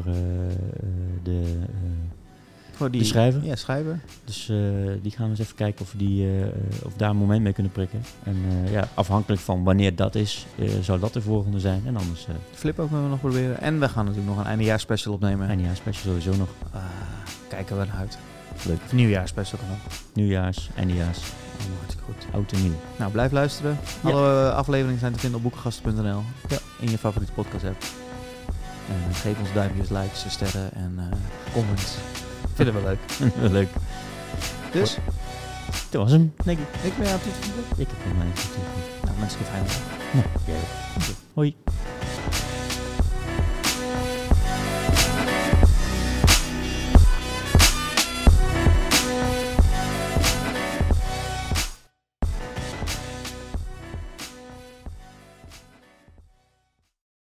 de schrijver. Ja, schrijver. Dus die gaan we eens even kijken of daar een moment mee kunnen prikken. En afhankelijk van wanneer dat is, zou dat de volgende zijn. En anders... Flip ook nog proberen. En we gaan natuurlijk nog een eindejaarsspecial opnemen. Eindejaarsspecial sowieso nog. Kijken we naar uit. Leuk. Of nieuwjaarsspecial dan. Nieuwjaars, eindejaars. Hartstikke goed. Oud en nieuw. Nou, blijf luisteren. Ja. Alle afleveringen zijn te vinden op boekengasten.nl. Ja. In je favoriete podcast app. En geef ons duimpjes, likes, sterren en comments. Vinden we leuk. Leuk. Dus? Dat was hem, denk ik. Ik ben aan het toetsen. Ik heb helemaal niet toetsen. Nou, mensen, fijne dag. Nou, jij ook. Hoi.